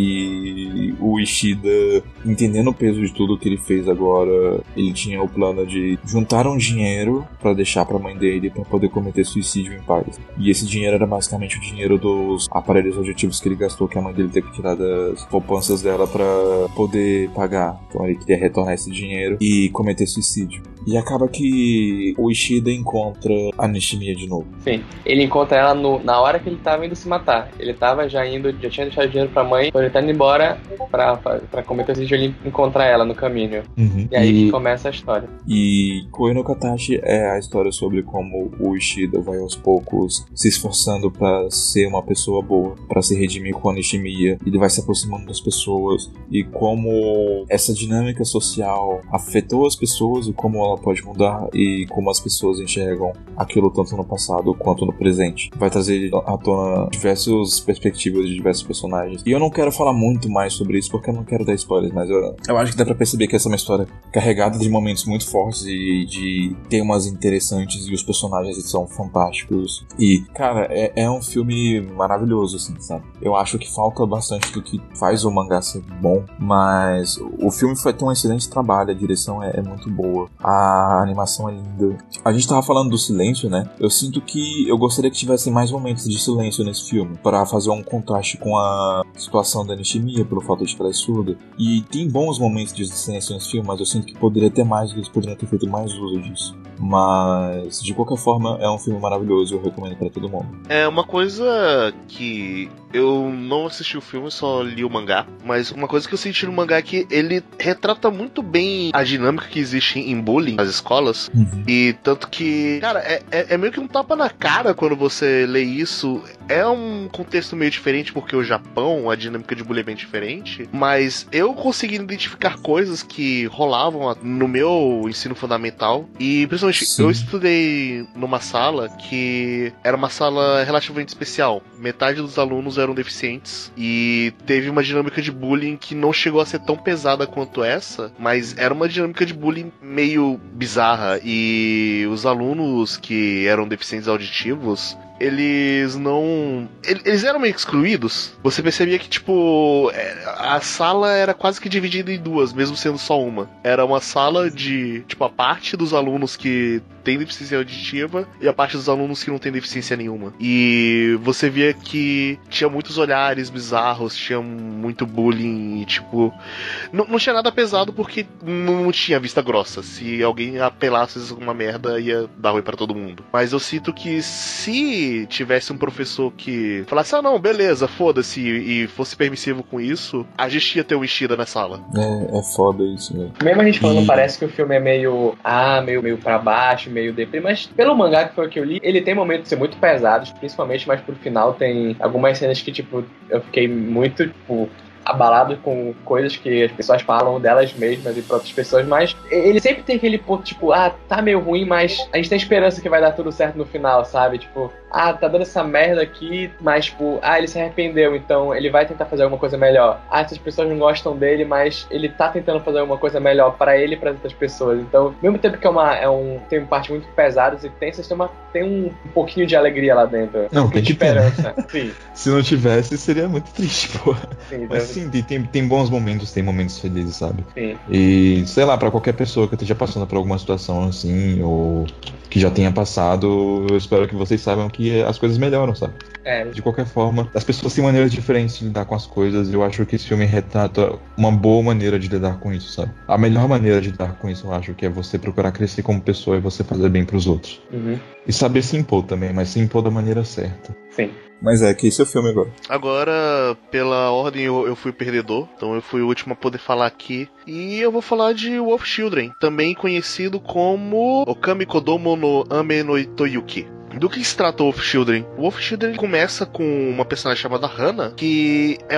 E o Ishida, entendendo o peso de tudo que ele fez agora, ele tinha o plano de juntar um dinheiro pra deixar pra mãe dele pra poder cometer suicídio em paz. E esse dinheiro era basicamente o dinheiro dos aparelhos auditivos que ele gastou, que a mãe dele teve que tirar das poupanças dela pra poder pagar. Então ele queria retornar esse dinheiro e cometer suicídio. E acaba que o Ishida encontra a Nishimiya de novo. Sim, ele encontra ela na hora que ele tava indo se matar. Ele tava já tinha deixado dinheiro pra mãe, quando ele tá indo embora pra cometer suicídio, ele encontra ela no caminho. Uhum. E aí que começa a história. E Koe no Katachi é a história sobre como o Ishida vai aos poucos se esforçando pra ser uma pessoa boa, pra se redimir com a Nishimiya. Ele vai se aproximando das pessoas e como essa dinâmica social afetou as pessoas e como ela pode mudar e como as pessoas enxergam aquilo tanto no passado quanto no presente. Vai trazer à tona diversas perspectivas de diversos personagens. E eu não quero falar muito mais sobre isso porque eu não quero dar spoilers, mas eu acho que dá pra perceber que essa é uma história carregada de momentos muito fortes e de temas interessantes e os personagens são fantásticos. E, cara, é um filme maravilhoso, assim, sabe? Eu acho que falta bastante do que faz o mangá ser bom, mas o filme tem um excelente trabalho, a direção é muito boa, a animação é linda. A gente tava falando do silêncio, né? Eu sinto que eu gostaria que tivesse mais momentos de silêncio nesse filme, para fazer um contraste com a situação da Nishimiya, pelo fato de que ela é surda. E tem bons momentos de silêncio nesse filme, mas eu sinto que poderia ter mais, eles poderiam ter feito mais uso disso. Mas, de qualquer forma, é um filme maravilhoso, eu recomendo pra todo mundo. É uma coisa que eu não assisti o filme, só li o mangá, mas uma coisa que eu senti no mangá é que ele retrata muito bem a dinâmica que existe em bullying nas escolas. Uhum. E tanto que, cara, é meio que um tapa na cara quando você lê isso. é um contexto meio diferente, porque o Japão, a dinâmica de bullying é bem diferente, mas eu consegui identificar coisas que rolavam no meu ensino fundamental, e principalmente eu estudei numa sala que era uma sala relativamente especial. Metade dos alunos eram deficientes, e teve uma dinâmica de bullying que não chegou a ser tão pesada quanto essa, mas era uma dinâmica de bullying meio bizarra, e os alunos que eram deficientes auditivos, eles não... Eles eram meio excluídos. Você percebia que, tipo, a sala era quase que dividida em duas, mesmo sendo só uma. Era uma sala de, tipo, a parte dos alunos que tem deficiência auditiva e a parte dos alunos que não tem deficiência nenhuma. E você via que tinha muitos olhares bizarros, tinha muito bullying e, tipo... Não tinha nada pesado porque não tinha vista grossa. Se alguém apelasse alguma merda, ia dar ruim pra todo mundo. Mas eu sinto que se tivesse um professor que falasse, não, beleza, foda-se, e fosse permissivo com isso, a gente ia ter um Ishida na sala. É foda isso, né? Mesmo a gente falando, parece que o filme é meio pra baixo, meio deprê, mas pelo mangá que foi o que eu li, ele tem momentos de ser muito pesados, principalmente mais pro final, tem algumas cenas que, tipo, eu fiquei muito, tipo, abalado com coisas que as pessoas falam delas mesmas e pra outras pessoas, mas ele sempre tem aquele ponto, tipo, tá meio ruim, mas a gente tem esperança que vai dar tudo certo no final, sabe? Tipo, tá dando essa merda aqui, mas, tipo, ele se arrependeu, então ele vai tentar fazer alguma coisa melhor. Essas pessoas não gostam dele, mas ele tá tentando fazer alguma coisa melhor pra ele e pra outras pessoas. Então, ao mesmo tempo que tem partes muito pesadas e tensas, tem um pouquinho de alegria lá dentro. Não, tem que ter, né? Sim. Se não tivesse, seria muito triste, pô. Sim, mas sim, tem bons momentos, tem momentos felizes, sabe? Sim. E, sei lá, pra qualquer pessoa que esteja passando por alguma situação assim, ou que já tenha passado, eu espero que vocês saibam que as coisas melhoram, sabe? De qualquer forma, as pessoas têm maneiras diferentes de lidar com as coisas, e eu acho que esse filme retrata uma boa maneira de lidar com isso, sabe? A melhor maneira de lidar com isso, eu acho, que é você procurar crescer como pessoa e você fazer bem pros outros. Uhum. E saber se impor também, mas se impor da maneira certa. Sim. Mas que esse é o filme agora. Agora, pela ordem, eu fui o perdedor, então eu fui o último a poder falar aqui. E eu vou falar de Wolf Children, também conhecido como Okami Kodomo no Ame no Itoyuki. Do que se trata o Wolf Children? O Wolf Children começa com uma personagem chamada Hana, que é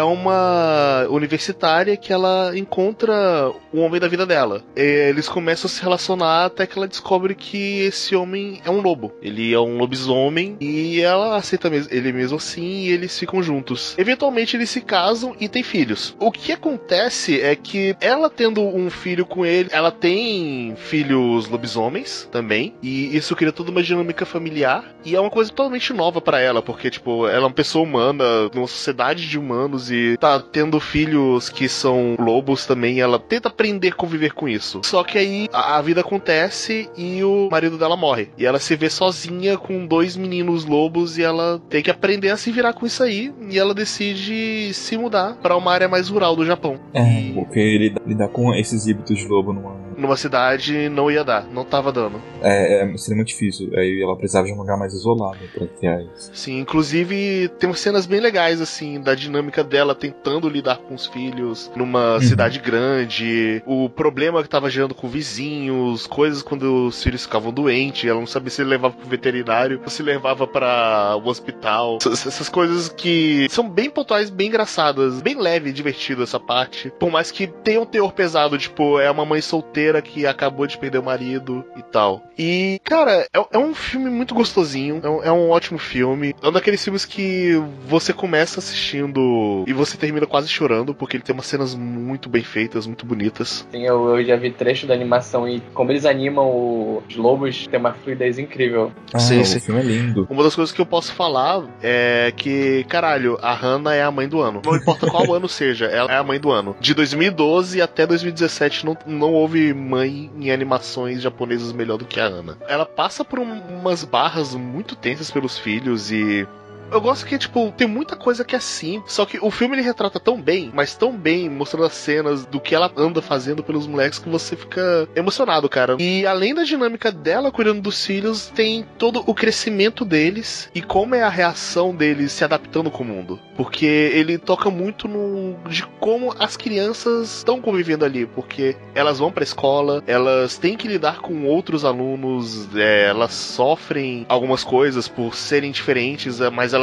uma universitária que ela encontra o homem da vida dela. Eles começam a se relacionar até que ela descobre que esse homem é um lobo. Ele é um lobisomem e ela aceita ele mesmo assim e eles ficam juntos. Eventualmente eles se casam e têm filhos. O que acontece é que ela tendo um filho com ele, ela tem filhos lobisomens também, e isso cria toda uma dinâmica familiar. E é uma coisa totalmente nova pra ela, porque, tipo, ela é uma pessoa humana, numa sociedade de humanos, e tá tendo filhos que são lobos também, ela tenta aprender a conviver com isso. Só que aí a vida acontece e o marido dela morre. E ela se vê sozinha com 2 meninos lobos e ela tem que aprender a se virar com isso aí. E ela decide se mudar pra uma área mais rural do Japão. Porque lidar com esses híbridos de lobo numa cidade não ia dar, não tava dando. Seria muito difícil. Aí ela precisava de um lugar mais isolado pra criar isso. Sim, inclusive tem umas cenas bem legais, assim, da dinâmica dela tentando lidar com os filhos numa cidade grande, o problema que tava gerando com vizinhos, coisas quando os filhos ficavam doentes, ela não sabia se levava pro veterinário ou se levava para o hospital. Essas coisas que são bem pontuais, bem engraçadas, bem leve e divertido essa parte. Por mais que tenha um teor pesado, tipo, é uma mãe solteira que acabou de perder o marido e tal. E, cara, é um filme muito gostosinho, é um ótimo filme. É um daqueles filmes que você começa assistindo e você termina quase chorando, porque ele tem umas cenas muito bem feitas, muito bonitas. Sim, eu já vi trecho da animação e como eles animam os lobos, tem uma fluidez incrível. Sim. O filme é lindo. Uma das coisas que eu posso falar é que, caralho, a Hana é a mãe do ano. Não importa qual ano seja, ela é a mãe do ano. De 2012 até 2017 não houve mãe em animações japonesas melhor do que a Hana. Ela passa por umas barras muito tensas pelos filhos e... eu gosto que, tipo, tem muita coisa que é simples, só que o filme ele retrata tão bem, mas tão bem, mostrando as cenas do que ela anda fazendo pelos moleques, que você fica emocionado, cara. E além da dinâmica dela cuidando dos filhos, tem todo o crescimento deles e como é a reação deles se adaptando com o mundo. Porque ele toca muito de como as crianças estão convivendo ali, porque elas vão pra escola, elas têm que lidar com outros alunos, elas sofrem algumas coisas por serem diferentes, mas elas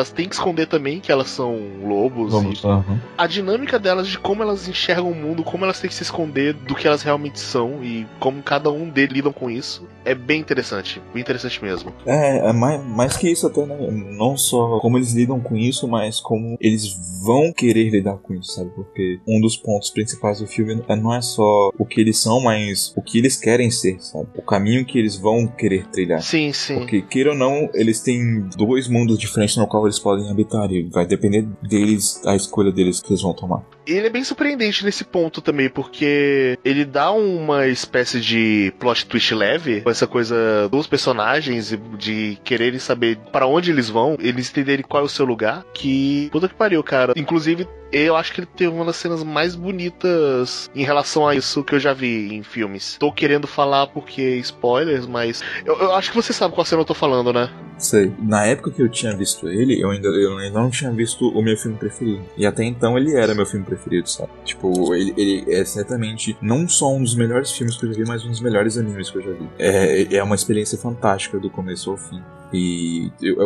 elas têm que esconder também que elas são lobos. A dinâmica delas, de como elas enxergam o mundo, como elas têm que se esconder do que elas realmente são e como cada um deles lidam com isso, é bem interessante mesmo. É mais que isso até, né? Não só como eles lidam com isso, mas como eles vão querer lidar com isso, sabe? Porque um dos pontos principais do filme não é só o que eles são, mas o que eles querem ser, sabe? O caminho que eles vão querer trilhar. Sim. Porque, queira ou não, eles têm dois mundos diferentes no qual eles podem habitar, e vai depender deles, a escolha deles que eles vão tomar. Ele é bem surpreendente nesse ponto também, porque ele dá uma espécie de plot twist leve, com essa coisa dos personagens, de quererem saber para onde eles vão, eles entenderem qual é o seu lugar, que puta que pariu, cara. Inclusive, eu acho que ele teve uma das cenas mais bonitas em relação a isso que eu já vi em filmes. Tô querendo falar porque spoilers, mas eu acho que você sabe qual cena eu tô falando, né? Sei. Na época que eu tinha visto ele, eu ainda não tinha visto o meu filme preferido. E até então ele era meu filme preferido, sabe? Tipo, ele é certamente não só um dos melhores filmes que eu já vi, mas um dos melhores animes que eu já vi. É uma experiência fantástica do começo ao fim. E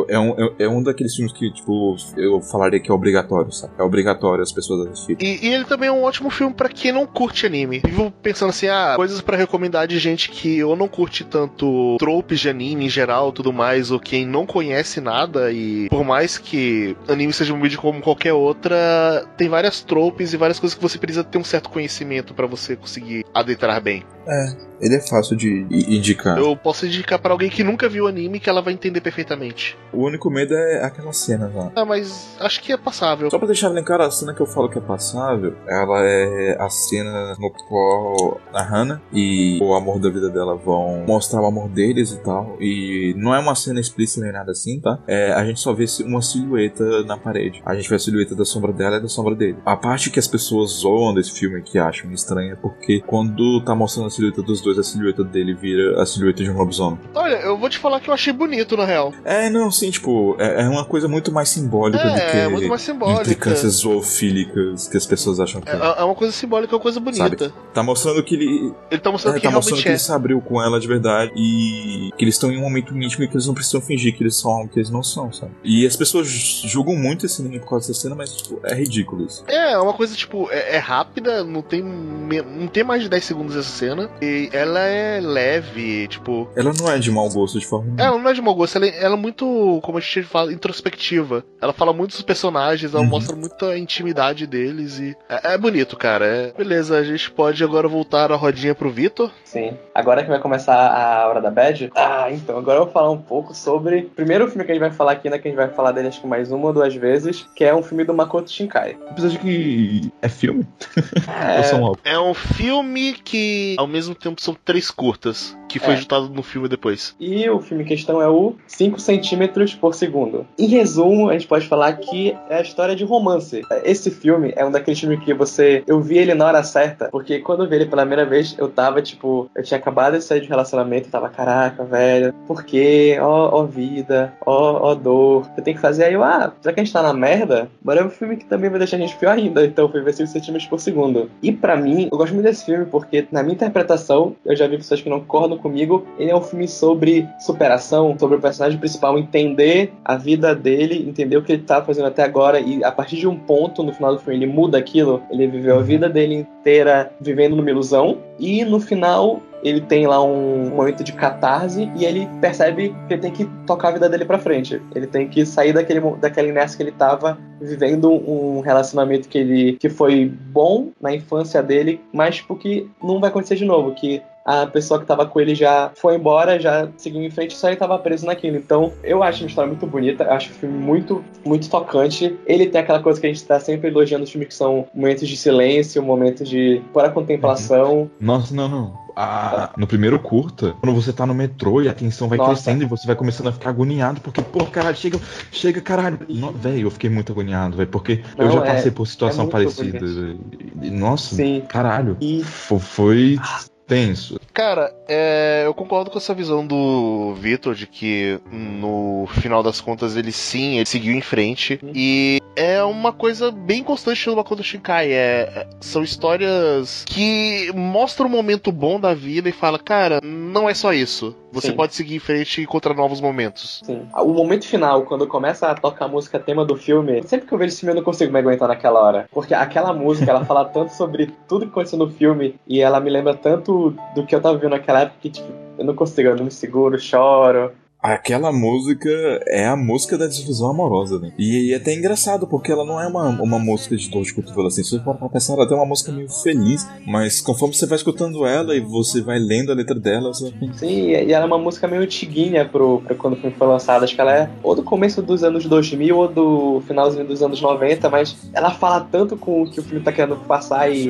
é um daqueles filmes que, tipo, eu falaria que é obrigatório, sabe? É obrigatório as pessoas assistirem. E ele também é um ótimo filme pra quem não curte anime. Vivo pensando assim, coisas pra recomendar de gente que ou não curte tanto tropes de anime em geral, tudo mais, ou quem não conhece nada, e por mais que anime seja um vídeo como qualquer outra, tem várias tropes e várias coisas que você precisa ter um certo conhecimento pra você conseguir adentrar bem. Ele é fácil de indicar. Eu posso indicar pra alguém que nunca viu anime que ela vai entender perfeitamente. O único medo é aquela cena lá. Mas acho que é passável. Só pra deixar bem claro, a cena que eu falo que é passável, ela é a cena no qual a Hana e o amor da vida dela vão mostrar o amor deles e tal. E não é uma cena explícita nem nada assim, tá? A gente só vê uma silhueta na parede. A gente vê a silhueta da sombra dela e da sombra dele. A parte que as pessoas zoam desse filme, que acham estranha, é porque quando tá mostrando a silhueta dos dois, a silhueta dele vira a silhueta de um lobisomem. Olha, eu vou te falar que eu achei bonito, na real. Não, sim, tipo, é uma coisa muito mais simbólica do que muito mais simbólica. implicâncias zoofílicas que as pessoas acham que é uma coisa simbólica, é uma coisa bonita. Sabe? Tá mostrando que ele tá mostrando que realmente ele se abriu com ela de verdade e que eles estão em um momento íntimo e que eles não precisam fingir que eles são algo que eles não são, sabe? E as pessoas julgam muito esse anime por causa dessa cena, mas tipo, é ridículo isso. É uma coisa, tipo, é rápida, não tem mais de 10 segundos essa cena, e ela é leve, tipo... Ela não é de mau gosto de forma nenhuma. Ela não é de mau gosto, ela é muito, como a gente fala, introspectiva. Ela fala muito dos personagens, ela mostra muita intimidade deles e... É bonito, cara. Beleza, a gente pode agora voltar a rodinha pro Vitor. Sim. Agora que vai começar a Hora da Bad. Então, agora eu vou falar um pouco sobre o primeiro filme que a gente vai falar aqui, né? Que a gente vai falar dele acho que mais uma ou duas vezes, que é um filme do Makoto Shinkai. Apesar de que é filme? É um filme que, ao mesmo tempo, são 3 curtas, que foi juntado no filme depois. E o filme em questão é o 5 centímetros por segundo. Em resumo, a gente pode falar que é a história de romance. Esse filme é um daqueles filmes que eu vi ele na hora certa, porque quando eu vi ele pela primeira vez, eu tava, tipo, eu tinha acabado de sair de um relacionamento, eu tava, caraca, velho, por quê? Ó vida, ó dor, eu tenho que fazer. Aí eu, já que a gente tá na merda, bora ver um filme que também vai deixar a gente pior ainda. Então foi ver 5 centímetros por segundo. E pra mim, eu gosto muito desse filme porque, na minha interpretação, eu já vi pessoas que não concordam comigo, ele é um filme sobre superação, sobre o personagem principal entender a vida dele, entender o que ele tá fazendo até agora, e a partir de um ponto no final do filme ele muda aquilo. Ele viveu a vida dele inteira vivendo numa ilusão, e no final ele tem lá um momento de catarse e ele percebe que ele tem que tocar a vida dele pra frente. Ele tem que sair daquela inércia que ele tava vivendo, um relacionamento que foi bom na infância dele, mas porque não vai acontecer de novo, que a pessoa que tava com ele já foi embora, já seguiu em frente, só ele tava preso naquilo. Então, eu acho uma história muito bonita, eu acho o filme muito, muito tocante. Ele tem aquela coisa que a gente tá sempre elogiando nos filmes, que são momentos de silêncio, momentos de pura contemplação. Nossa, não. No primeiro curta, quando você tá no metrô e a tensão vai crescendo e você vai começando a ficar agoniado, porque, caralho, chega, caralho. Velho, eu fiquei muito agoniado, velho, porque eu já passei por situação parecida. Nossa, sim. Caralho. Foi tenso. Cara, eu concordo com essa visão do Vitor de que no final das contas ele seguiu em frente, e é uma coisa bem constante no Makoto Shinkai. São histórias que mostram um momento bom da vida e fala, cara, não é só isso. Você pode seguir em frente e encontrar novos momentos. Sim. O momento final, quando começa a tocar a música tema do filme, sempre que eu vejo esse filme eu não consigo me aguentar naquela hora. Porque aquela música, ela fala tanto sobre tudo que aconteceu no filme e ela me lembra tanto do que eu tava vendo naquela época que, tipo, eu não me seguro, choro. Aquela música é a música da desilusão amorosa, né? E é até engraçado, porque ela não é uma música de dor de cotovelo, assim. Se você for pensar, ela tem uma música meio feliz, mas conforme você vai escutando ela e você vai lendo a letra dela, você... Sim, e ela é uma música meio antiguinha pra quando o filme foi lançado. Acho que ela é ou do começo dos anos 2000 ou do finalzinho dos anos 90, mas ela fala tanto com o que o filme tá querendo passar e...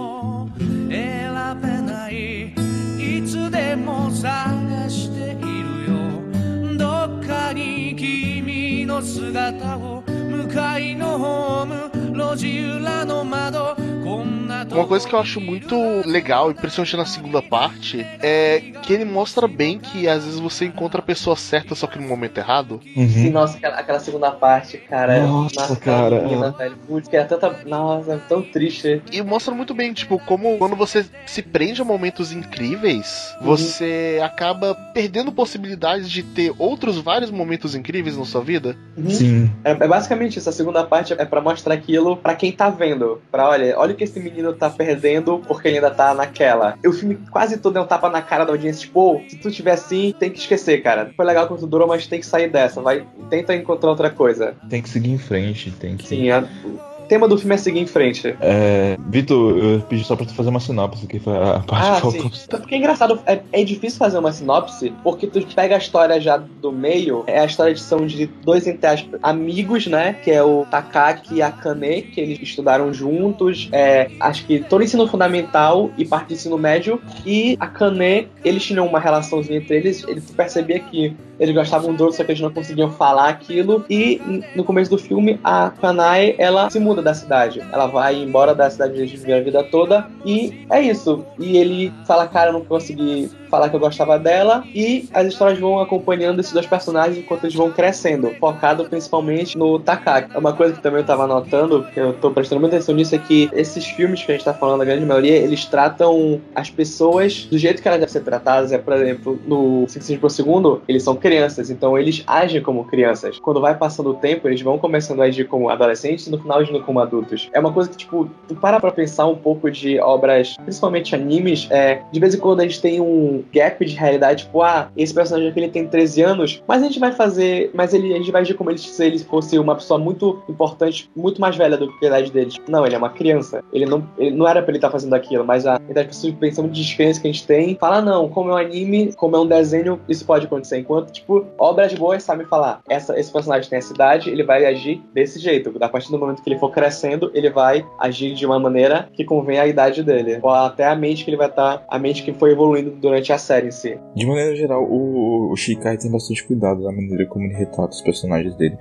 Uma coisa que eu acho muito legal, e principalmente na segunda parte, é que ele mostra bem que às vezes você encontra a pessoa certa, só que no momento errado. Sim, nossa, aquela segunda parte, cara. Nossa, cara. Velho, putz, que era tanta... Nossa, é tão triste. E mostra muito bem, tipo, como quando você se prende a momentos incríveis, você acaba perdendo possibilidades de ter outros vários momentos incríveis na sua vida. Sim. É basicamente isso. A segunda parte é pra mostrar aquilo pra quem tá vendo. Olha o que esse menino tá perdendo porque ele ainda tá naquela. O filme quase todo é um tapa na cara da audiência. Tipo, se tu tiver assim, tem que esquecer, cara. Foi legal quanto durou, mas tem que sair dessa. Tenta encontrar outra coisa. Tem que seguir em frente, tem que... Sim, o tema do filme é seguir em frente. Vitor, eu pedi só pra tu fazer uma sinopse, que foi a parte que faltou. Porque é engraçado, é difícil fazer uma sinopse, porque tu pega a história já do meio, é a história são de dois, entre aspas, amigos, né, que é o Takaki e a Kane, que eles estudaram juntos, acho que todo ensino fundamental e parte do ensino médio, e a Kane, eles tinham uma relaçãozinha entre eles, ele percebia que eles gostavam do outro, só que eles não conseguiam falar aquilo, e no começo do filme, a Kanae, ela se muda da cidade. Ela vai embora da cidade onde eles viveram a vida toda, e é isso. E ele fala, cara, eu não consegui falar que eu gostava dela, e as histórias vão acompanhando esses dois personagens enquanto eles vão crescendo, focado principalmente no Takaki. Uma coisa que também eu tava notando, que eu tô prestando muita atenção nisso, é que esses filmes que a gente tá falando, a grande maioria, eles tratam as pessoas do jeito que elas devem ser tratadas. Por exemplo, no 5 por segundo, eles são crianças, então eles agem como crianças. Quando vai passando o tempo, eles vão começando a agir como adolescentes e no final agindo como adultos. É uma coisa que, tipo, tu para pra pensar um pouco de obras, principalmente animes, de vez em quando a gente tem um gap de realidade, tipo, esse personagem aqui ele tem 13 anos, mas a gente vai fazer, a gente vai agir como se ele fosse uma pessoa muito importante, muito mais velha do que a idade dele. Não, ele é uma criança. Ele não era pra ele estar fazendo aquilo, mas as pessoas pensando de descrença que a gente tem, fala, não, como é um anime, como é um desenho, isso pode acontecer. Enquanto, tipo, obras boas sabem falar, esse personagem tem essa idade, ele vai agir desse jeito. A partir do momento que ele for crescendo, ele vai agir de uma maneira que convém à idade dele. Ou até a mente que ele vai estar, a mente que foi evoluindo durante a série em si. De maneira geral, o Shikai tem bastante cuidado na maneira como ele retrata os personagens dele.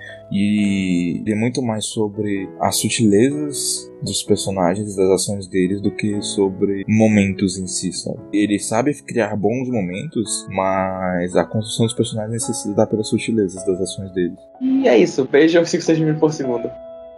E ele é muito mais sobre as sutilezas dos personagens, das ações deles, do que sobre momentos em si, sabe? Ele sabe criar bons momentos, mas a construção dos personagens necessita dar pelas sutilezas das ações deles. E é isso, veja os 5 mil por segundo.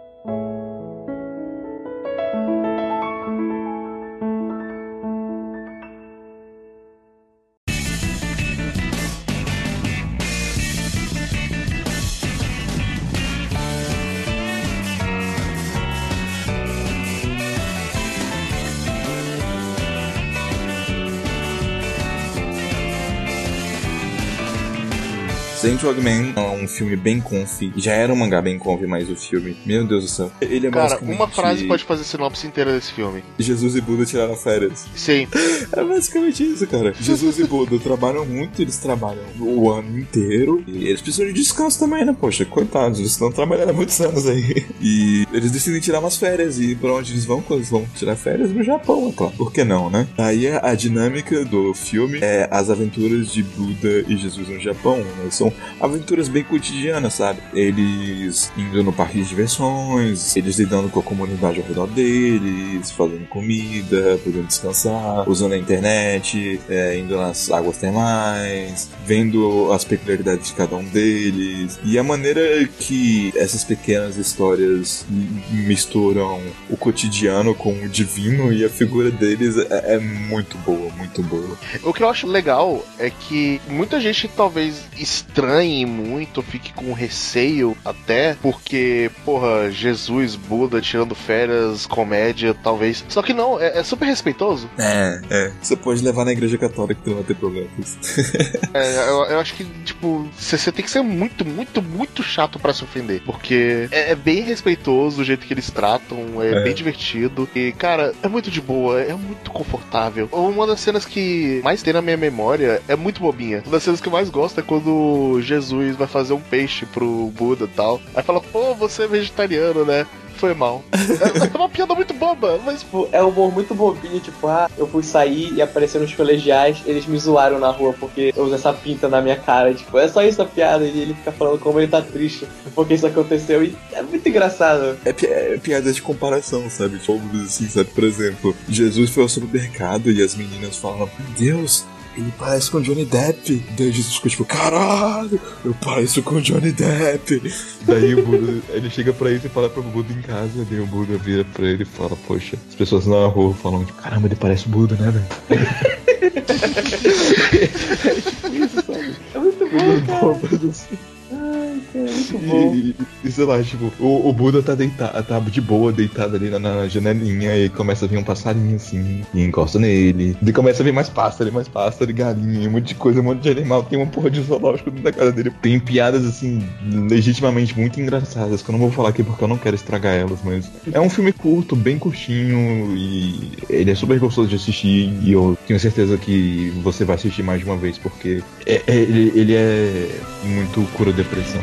Saint Ogman é um filme bem confi. Já era um mangá bem confi, mas o filme, meu Deus do céu. Ele é basicamente... uma frase pode fazer a sinopse inteira desse filme. Jesus e Buda tiraram férias. Sim. É basicamente isso, cara. Jesus e Buda trabalham muito, eles trabalham o ano inteiro. E eles precisam de descanso também, né? Poxa, coitados, eles estão trabalhando há muitos anos aí. E eles decidem tirar umas férias. E pra onde eles vão? Quando eles vão tirar férias? No Japão, é claro. Por que não, né? Aí a dinâmica do filme é as aventuras de Buda e Jesus no Japão. São São aventuras bem cotidianas, sabe? Eles indo no parque de diversões, eles lidando com a comunidade ao redor deles, fazendo comida, podendo descansar, usando a internet, indo nas águas termais, vendo as peculiaridades de cada um deles. E a maneira que essas pequenas histórias misturam o cotidiano com o divino e a figura deles é muito boa, muito boa. O que eu acho legal é que muita gente talvez estranhe muito, fique com receio até, porque, porra, Jesus, Buda tirando férias, comédia, talvez. Só que não, é super respeitoso. Você pode levar na igreja católica que não vai ter problema com isso. Eu acho que, tipo, você tem que ser muito, muito, muito chato pra se ofender, porque é bem respeitoso o jeito que eles tratam, bem divertido, e, cara, é muito de boa, é muito confortável. Uma das cenas que mais tem na minha memória é muito bobinha. Uma das cenas que eu mais gosto é quando Jesus vai fazer um peixe pro Buda e tal. Aí fala, pô, você é vegetariano, né? Foi mal. É uma piada muito boba, mas... Tipo, é um humor muito bobinho, tipo, eu fui sair e apareceram os colegiais, eles me zoaram na rua porque eu uso essa pinta na minha cara, tipo, é só isso a piada, e ele fica falando como ele tá triste porque isso aconteceu, e é muito engraçado. É piada de comparação, sabe? Tipo, assim, sabe? Por exemplo, Jesus foi ao supermercado e as meninas falam, meu Deus, ele parece com o Johnny Depp. Daí Jesus ficou tipo, caralho, eu pareço com o Johnny Depp. Daí o Buda, ele chega pra isso e fala pro Buda em casa. Daí o Buda vira pra ele e fala, poxa, as pessoas na rua falam, tipo, caramba, ele parece o Buda, né, velho? É tipo isso, sabe? É muito bom, cara. Ai, cara, muito bom. E sei lá, tipo, o Buda tá deitado, tá de boa, deitado ali na janelinha, e começa a vir um passarinho assim, e encosta nele. E começa a vir mais pássaro, galinha, um monte de coisa, um monte de animal. Tem uma porra de zoológico dentro da casa dele. Tem piadas assim, legitimamente muito engraçadas, que eu não vou falar aqui porque eu não quero estragar elas, mas é um filme curto, bem curtinho, e ele é super gostoso de assistir, e eu tenho certeza que você vai assistir mais de uma vez, porque ele é muito cura depressão.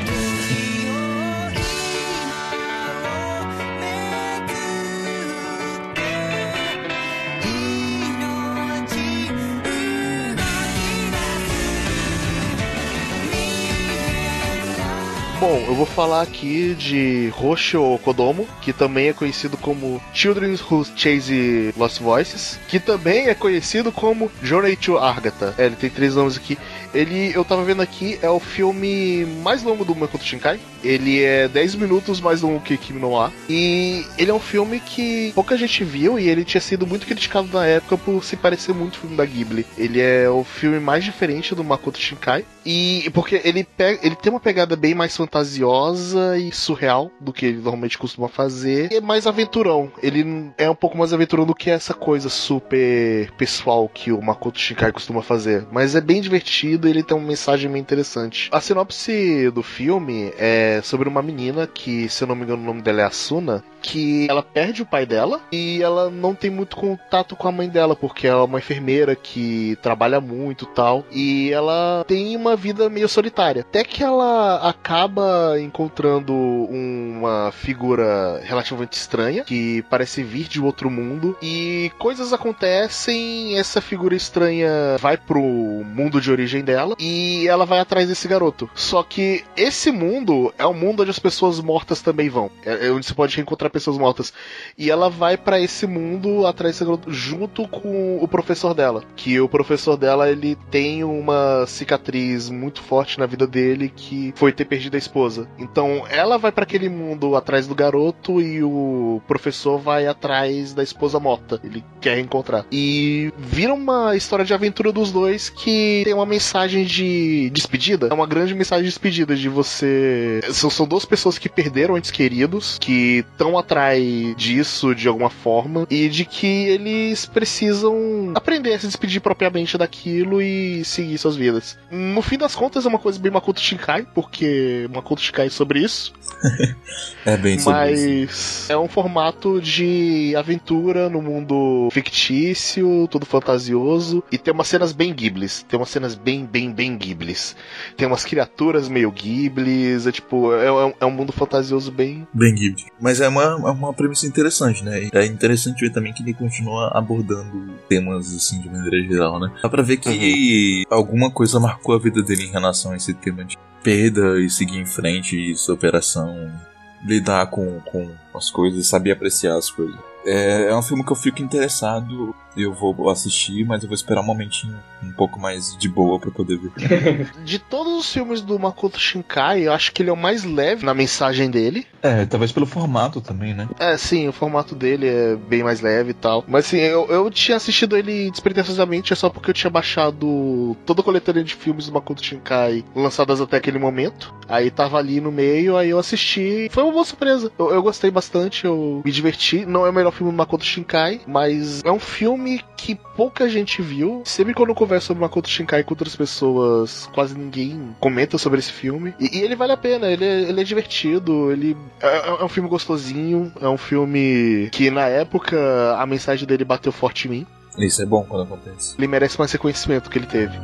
Bom, eu vou falar aqui de Hosho Kodomo, que também é conhecido como Children Who Chase Lost Voices, que também é conhecido como Journey to Agatha. Ele tem 3 nomes aqui. Eu tava vendo aqui, é o filme mais longo do Makoto Shinkai. Ele é 10 minutos mais longo que Kimi no Wa. E ele é um filme que pouca gente viu, e ele tinha sido muito criticado na época por se parecer muito com o filme da Ghibli. Ele é o filme mais diferente do Makoto Shinkai, e porque ele tem uma pegada bem mais fantasiosa e surreal do que ele normalmente costuma fazer. E é mais aventurão. Ele é um pouco mais aventurão do que essa coisa super pessoal que o Makoto Shinkai costuma fazer. Mas é bem divertido, e ele tem uma mensagem bem interessante. A sinopse do filme é sobre uma menina que, se eu não me engano, o nome dela é Asuna, que ela perde o pai dela e ela não tem muito contato com a mãe dela, porque ela é uma enfermeira que trabalha muito e tal, e ela tem uma vida meio solitária. Até que ela acaba encontrando uma figura relativamente estranha, que parece vir de outro mundo, e coisas acontecem, essa figura estranha vai pro mundo de origem dela, e ela vai atrás desse garoto. Só que esse mundo é um mundo onde as pessoas mortas também vão. É onde você pode reencontrar pessoas mortas. E ela vai pra esse mundo atrás desse garoto, junto com o professor dela. Que o professor dela, ele tem uma cicatriz muito forte na vida dele, que foi ter perdido a esposa. Então ela vai pra aquele mundo atrás do garoto, e o professor vai atrás da esposa morta. Ele quer reencontrar. E vira uma história de aventura dos dois, que tem uma mensagem de despedida. É uma grande mensagem de despedida, de você... São 2 pessoas que perderam entes queridos, que estão atrás disso de alguma forma, e de que eles precisam aprender a se despedir propriamente daquilo e seguir suas vidas. No fim das contas é uma coisa bem Makoto Shinkai, porque Makoto Shinkai é sobre isso. É bem sobre isso. Mas é um formato de aventura no mundo fictício, tudo fantasioso, e tem umas cenas bem Ghiblis. Tem umas cenas bem Ghiblis. Tem umas criaturas meio Ghiblis, é tipo Tipo, é um mundo fantasioso bem Ghibli. Mas é uma premissa interessante, né? É interessante ver também que ele continua abordando temas, assim, de maneira geral, né? Dá pra ver que alguma coisa marcou a vida dele em relação a esse tema de perda e seguir em frente, superação, lidar com as coisas, saber apreciar as coisas. É um filme que eu fico interessado, eu vou assistir, mas eu vou esperar um momentinho um pouco mais de boa pra poder ver. De todos os filmes do Makoto Shinkai, eu acho que ele é o mais leve na mensagem dele. Talvez pelo formato também, né? Sim, o formato dele é bem mais leve e tal. Mas assim, eu tinha assistido ele despretensiosamente, só porque eu tinha baixado toda a coletânea de filmes do Makoto Shinkai lançadas até aquele momento. Aí tava ali no meio, aí eu assisti. Foi uma boa surpresa. Eu gostei bastante, eu me diverti. Não é o melhor filme do Makoto Shinkai, mas é um filme que pouca gente viu. Sempre quando eu converso sobre Makoto Shinkai com outras pessoas, quase ninguém comenta sobre esse filme. E ele vale a pena, ele é divertido, ele é um filme gostosinho, é um filme que na época a mensagem dele bateu forte em mim. Isso é bom quando acontece. Ele merece mais reconhecimento que ele teve.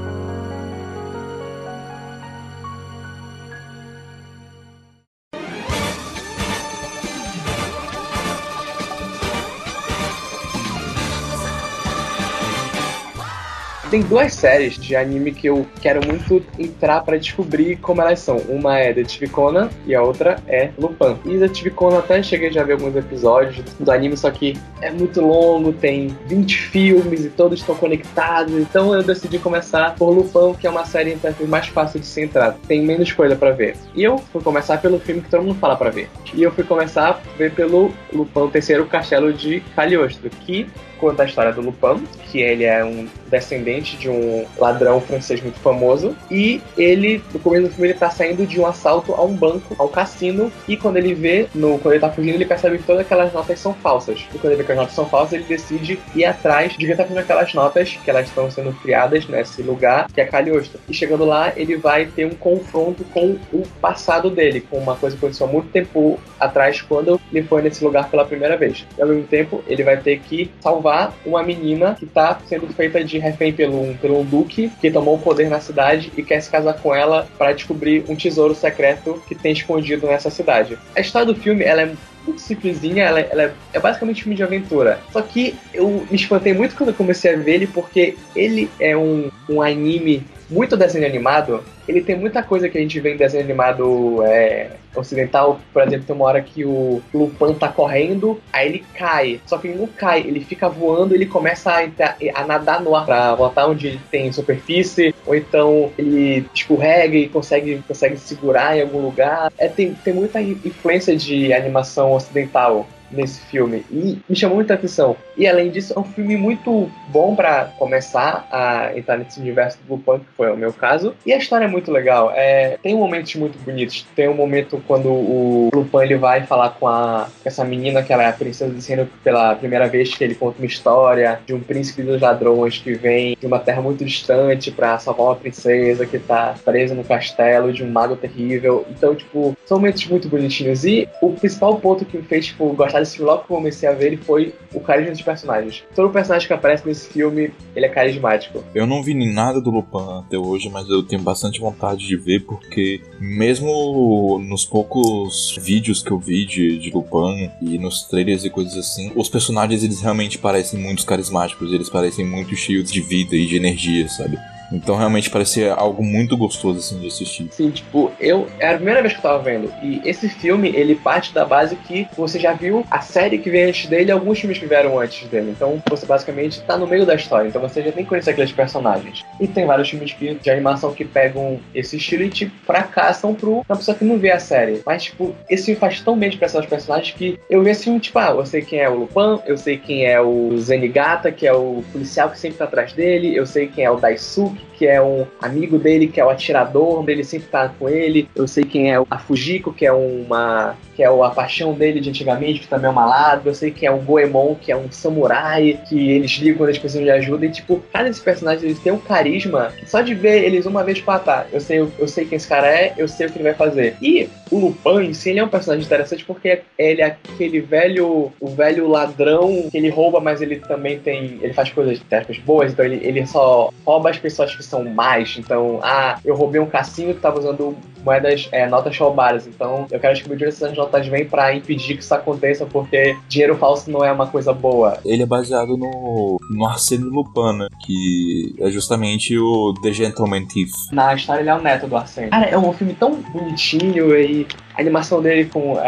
Tem duas séries de anime que eu quero muito entrar pra descobrir como elas são. Uma é Detective Conan e a outra é Lupin. E Detective Conan até cheguei já a ver alguns episódios do anime, só que é muito longo, tem 20 filmes e todos estão conectados. Então eu decidi começar por Lupin, que é uma série mais fácil de se entrar. Tem menos coisa pra ver. E eu fui começar pelo filme que todo mundo fala pra ver. E eu fui começar a ver pelo Lupin, o Terceiro Castelo de Cagliostro, que conta a história do Lupin, que ele é um descendente de um ladrão francês muito famoso, e ele, no começo do filme, ele tá saindo de um assalto a um banco, a um cassino, e quando ele vê, quando ele tá fugindo, ele percebe que todas aquelas notas são falsas. E quando ele vê que as notas são falsas, ele decide ir atrás de quem tá fazendo aquelas notas, que elas estão sendo criadas nesse lugar, que é Cagliostro. E chegando lá, ele vai ter um confronto com o passado dele, com uma coisa que aconteceu há muito tempo atrás, quando ele foi nesse lugar pela primeira vez. E ao mesmo tempo, ele vai ter que salvar uma menina que tá sendo feita de refém pelo um duque que tomou o poder na cidade e quer se casar com ela para descobrir um tesouro secreto que tem escondido nessa cidade. A história do filme, ela é muito simplesinha, ela é basicamente um filme de aventura. Só que eu me espantei muito quando eu comecei a ver ele, porque ele é um anime muito desenho animado. Ele tem muita coisa que a gente vê em desenho animado ocidental. Por exemplo, tem uma hora que o Lupin tá correndo, aí ele cai. Só que ele não cai, ele fica voando, ele começa a nadar no ar pra voltar onde tem superfície, ou então ele escorrega e consegue segurar em algum lugar. Tem muita influência de animação ocidental nesse filme, e me chamou muita atenção. E além disso, é um filme muito bom pra começar a entrar nesse universo do Lupin, que foi o meu caso, e a história é muito legal. Tem momentos muito bonitos. Tem um momento quando o Lupin ele vai falar com essa menina, que ela é a princesa de Seno, pela primeira vez, que ele conta uma história de um príncipe dos ladrões que vem de uma terra muito distante pra salvar uma princesa que tá presa no castelo de um mago terrível. Então, são momentos muito bonitinhos. E o principal ponto que me fez, gostar desse filme logo que eu comecei a ver ele foi o carisma dos personagens. Todo personagem que aparece nesse filme, ele é carismático. Eu não vi nada do Lupin até hoje, mas eu tenho bastante vontade de ver, porque mesmo nos poucos vídeos que eu vi de Lupin e nos trailers e coisas assim, os personagens eles realmente parecem muito carismáticos, eles parecem muito cheios de vida e de energia, sabe? Então realmente parecia algo muito gostoso assim de assistir. Sim, era a primeira vez que eu tava vendo. E esse filme, ele parte da base que você já viu a série que veio antes dele e alguns filmes que vieram antes dele. Então você basicamente tá no meio da história. Então você já tem que conhecer aqueles personagens. E tem vários filmes de animação que pegam esse estilo e fracassam pra pessoa que não vê a série. Mas esse filme faz tão bem de personagens personagens que eu vi esse filme, eu sei quem é o Lupin, eu sei quem é o Zenigata, que é o policial que sempre tá atrás dele, eu sei quem é o Daisuke, que é um amigo dele, que é o atirador, onde ele sempre tá com ele. Eu sei quem é a Fujiko, que é a paixão dele de antigamente, que também é uma ladra. Eu sei quem é o Goemon, que é um samurai, que eles ligam quando eles precisam de ajuda. E, cada desses personagens, eles têm um carisma que só de ver eles uma vez, eu sei quem esse cara é, eu sei o que ele vai fazer. E o Lupin, em si, ele é um personagem interessante porque ele é aquele velho ladrão que ele rouba, mas ele também ele faz coisas boas, então ele só rouba as pessoas que são más. Então, eu roubei um cassino que tava usando moedas, notas roubadas. Então, eu quero descobrir de onde essas notas vêm pra impedir que isso aconteça, porque dinheiro falso não é uma coisa boa. Ele é baseado no Arsène Lupin, né? Que é justamente o The Gentleman Thief. Na história, ele é o neto do Arsène. Cara, é um filme tão bonitinho e a animação dele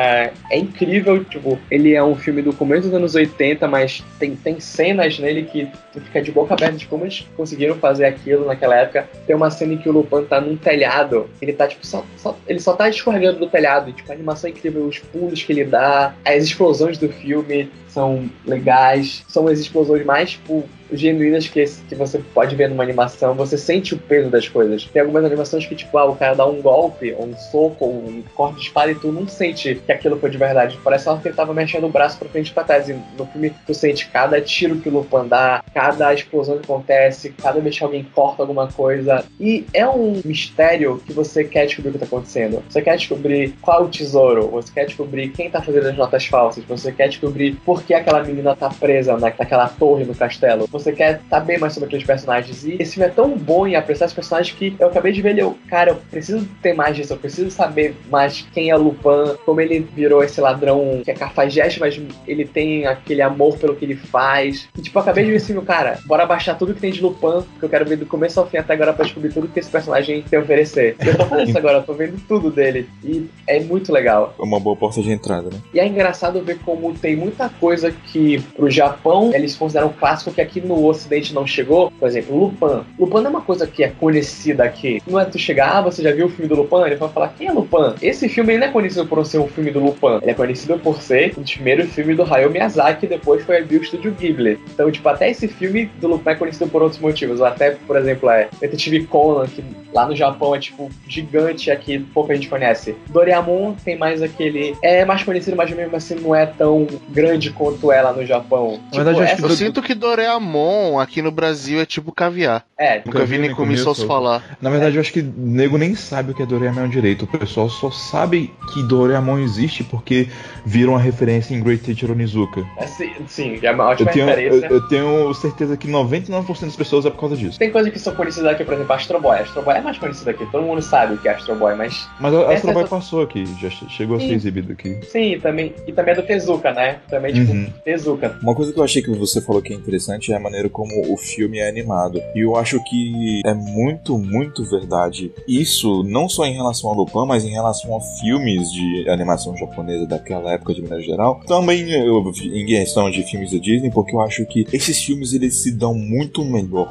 é incrível. Tipo, ele é um filme do começo dos anos 80, mas tem cenas nele que tu fica de boca aberta de como eles conseguiram fazer aquilo naquela época. Tem uma cena em que o Lupin tá num telhado, ele tá tipo ele só tá escorregando do telhado, e, tipo, a animação é incrível, os pulos que ele dá, as explosões do filme são legais, são as explosões mais, tipo, genuínas que você pode ver numa animação. Você sente o peso das coisas. Tem algumas animações que, tipo, o cara dá um golpe, ou um soco, ou um corte de espada, e tu não sente que aquilo foi de verdade. Parece só que ele tava mexendo o braço pra frente e pra trás. E no filme, tu sente cada tiro que o Lupin dá, cada explosão que acontece, cada vez que alguém corta alguma coisa. E é um mistério que você quer descobrir o que tá acontecendo. Você quer descobrir qual é o tesouro, você quer descobrir quem tá fazendo as notas falsas, você quer descobrir por que aquela menina tá presa naquela torre no castelo. Você quer saber mais sobre aqueles personagens. E esse filme é tão bom em apreciar os personagens que eu acabei de ver ele. Cara, eu preciso ter mais disso. Eu preciso saber mais quem é Lupin, como ele virou esse ladrão que é cafajeste, mas ele tem aquele amor pelo que ele faz. E, tipo, eu acabei de ver esse filme, cara. Bora baixar tudo que tem de Lupin, que eu quero ver do começo ao fim até agora pra descobrir tudo que esse personagem tem a oferecer. E eu tô fazendo isso agora, eu tô vendo tudo dele. E é muito legal. É uma boa porta de entrada, né? E é engraçado ver como tem muita coisa que pro Japão eles consideram clássico que aqui no Ocidente não chegou. Por exemplo, Lupin. Lupin não é uma coisa que é conhecida aqui. Não é tu chegar, você já viu o filme do Lupin? Ele vai falar, quem é Lupin? Esse filme ele não é conhecido por ser um filme do Lupin. Ele é conhecido por ser o primeiro filme do Hayao Miyazaki, e depois foi abrir o estúdio Ghibli. Então, tipo, até esse filme do Lupin é conhecido por outros motivos. Ou até, por exemplo, Detetive Conan, que lá no Japão é, tipo, gigante, aqui pouca gente conhece. Doraemon tem mais aquele... É mais conhecido, mas mesmo assim não é tão grande quanto é lá no Japão. Na verdade, eu sinto que Doraemon aqui no Brasil é tipo caviar. Nunca vi nem comi só se falar. Na verdade, eu acho que o nego nem sabe o que é Doraemon direito. O pessoal só sabe que Doraemon existe porque viram a referência em Great Teacher Onizuka. Sim, é uma ótima referência. Eu tenho certeza que 99% das pessoas é por causa disso. Tem coisas que são conhecidas aqui, por exemplo, Astro Boy. Astro Boy é mais conhecido aqui. Todo mundo sabe o que é Astro Boy, mas... Mas a Astro Boy passou aqui, já chegou a ser exibido aqui. Sim, e também é do Tezuka, né? Também, tipo, Tezuka. Uma coisa que eu achei que você falou que é interessante é a maneira como o filme é animado. E eu acho que é muito, muito verdade. Isso não só em relação ao Lupin, mas em relação a filmes de animação japonesa daquela época de maneira geral. Também em questão de filmes da Disney, porque eu acho que esses filmes eles se dão muito melhor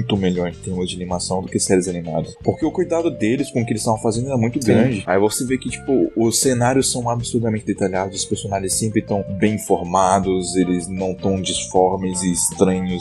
em termos de animação do que séries animadas. Porque o cuidado deles com o que eles estavam fazendo era muito grande. Aí você vê que, tipo, os cenários são absurdamente detalhados, os personagens sempre estão bem formados, eles não estão disformes e estranhos.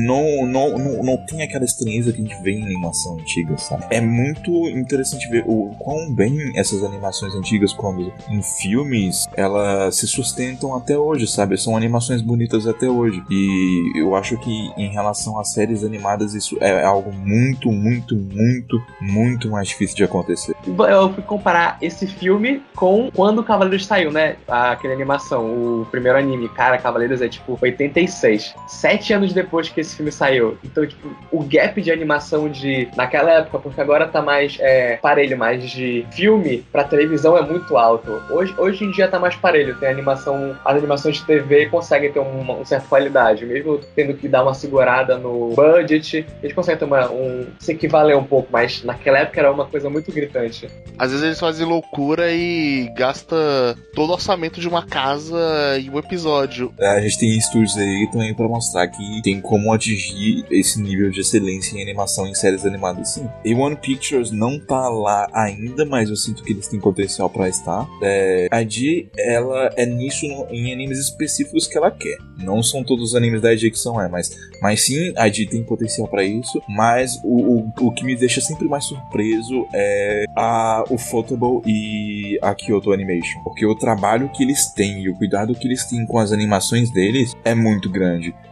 Não tem aquela estranheza que a gente vê em animação antiga, sabe? É muito interessante ver o quão bem essas animações antigas, quando em filmes, elas se sustentam até hoje, sabe? São animações bonitas até hoje. E eu acho que em relação a séries animadas, isso é algo muito, muito, muito, muito mais difícil de acontecer. Eu fui comparar esse filme com quando o Cavaleiros saiu, né? Aquela animação, o primeiro anime. Cara, Cavaleiros é tipo 86. 7 anos depois que esse filme saiu. Então, tipo, o gap de animação naquela época, porque agora tá mais parelho, mais de filme pra televisão é muito alto. Hoje em dia tá mais parelho. Tem as animações de TV conseguem ter uma certa qualidade. Mesmo tendo que dar uma segurada no budget, eles conseguem ter se equivaler um pouco, mas naquela época era uma coisa muito gritante. Às vezes eles fazem loucura e gasta todo o orçamento de uma casa em um episódio. A gente tem estúdios aí também pra mostrar que tem como atingir esse nível de excelência em animação em séries animadas, sim. A1 Pictures não tá lá ainda, mas eu sinto que eles têm potencial pra estar. A ID, ela é nicho em animes específicos que ela quer. Não são todos os animes da ID que são mas sim, a ID tem potencial pra isso, mas o que me deixa sempre mais surpreso é o Ufotable e a Kyoto Animation, porque o trabalho que eles têm e o cuidado que eles têm com as animações deles é muito grande.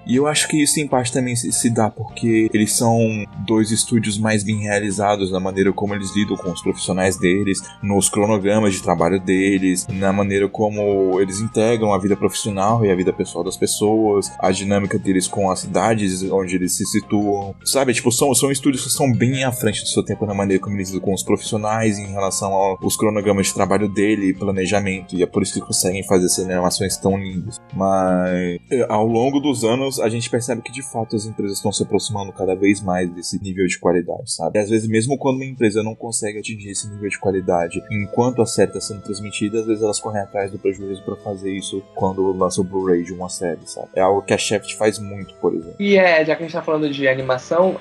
E eu acho que isso em parte também se dá porque eles são 2 estúdios mais bem realizados na maneira como eles lidam com os profissionais deles, nos cronogramas de trabalho deles, na maneira como eles integram a vida profissional e a vida pessoal das pessoas, a dinâmica deles com as cidades onde eles se situam, sabe? Tipo, são estúdios que estão bem à frente do seu tempo na maneira como eles lidam com os profissionais em relação aos cronogramas de trabalho dele e planejamento, e é por isso que conseguem fazer essas animações tão lindas. Mas ao longo dos anos a gente percebe que de fato as empresas estão se aproximando cada vez mais desse nível de qualidade, sabe? E às vezes mesmo quando uma empresa não consegue atingir esse nível de qualidade enquanto a série está sendo transmitida, às vezes elas correm atrás do prejuízo para fazer isso quando lança o Blu-ray de uma série, sabe? É algo que a Shaft faz muito, por exemplo. E já que a gente tá falando de animação,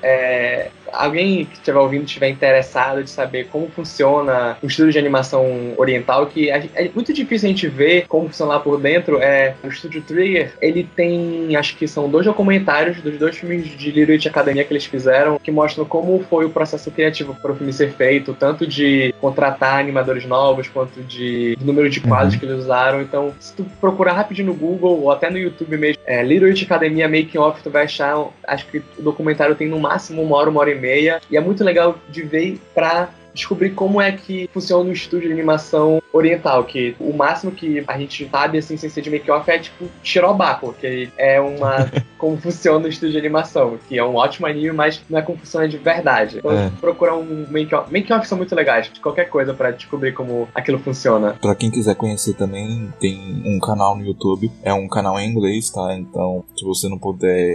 alguém que estiver ouvindo, estiver interessado de saber como funciona o estúdio de animação oriental, que é muito difícil a gente ver como funciona lá por dentro. O Estúdio Trigger, ele tem, acho que são 2 documentários dos 2 filmes de Little Witch Academia que eles fizeram, que mostram como foi o processo criativo para o filme ser feito, tanto de contratar animadores novos, quanto do número de quadros que eles usaram. Então, se tu procurar rapidinho no Google, ou até no YouTube mesmo, Little Witch Academia Making Off, tu vai achar, acho que o documentário tem no máximo 1 hora e meia, e é muito legal de ver pra descobrir como é que funciona o estúdio de animação oriental, que o máximo que a gente sabe, assim, sem ser de make-off, é tipo Shirobako, que é como funciona o estúdio de animação, que é um ótimo anime, mas não é como funciona de verdade. Então, procurar um make-off. Make-off são muito legais, de qualquer coisa pra descobrir como aquilo funciona. Pra quem quiser conhecer também, tem um canal no YouTube, é um canal em inglês, tá? Então, se você não puder,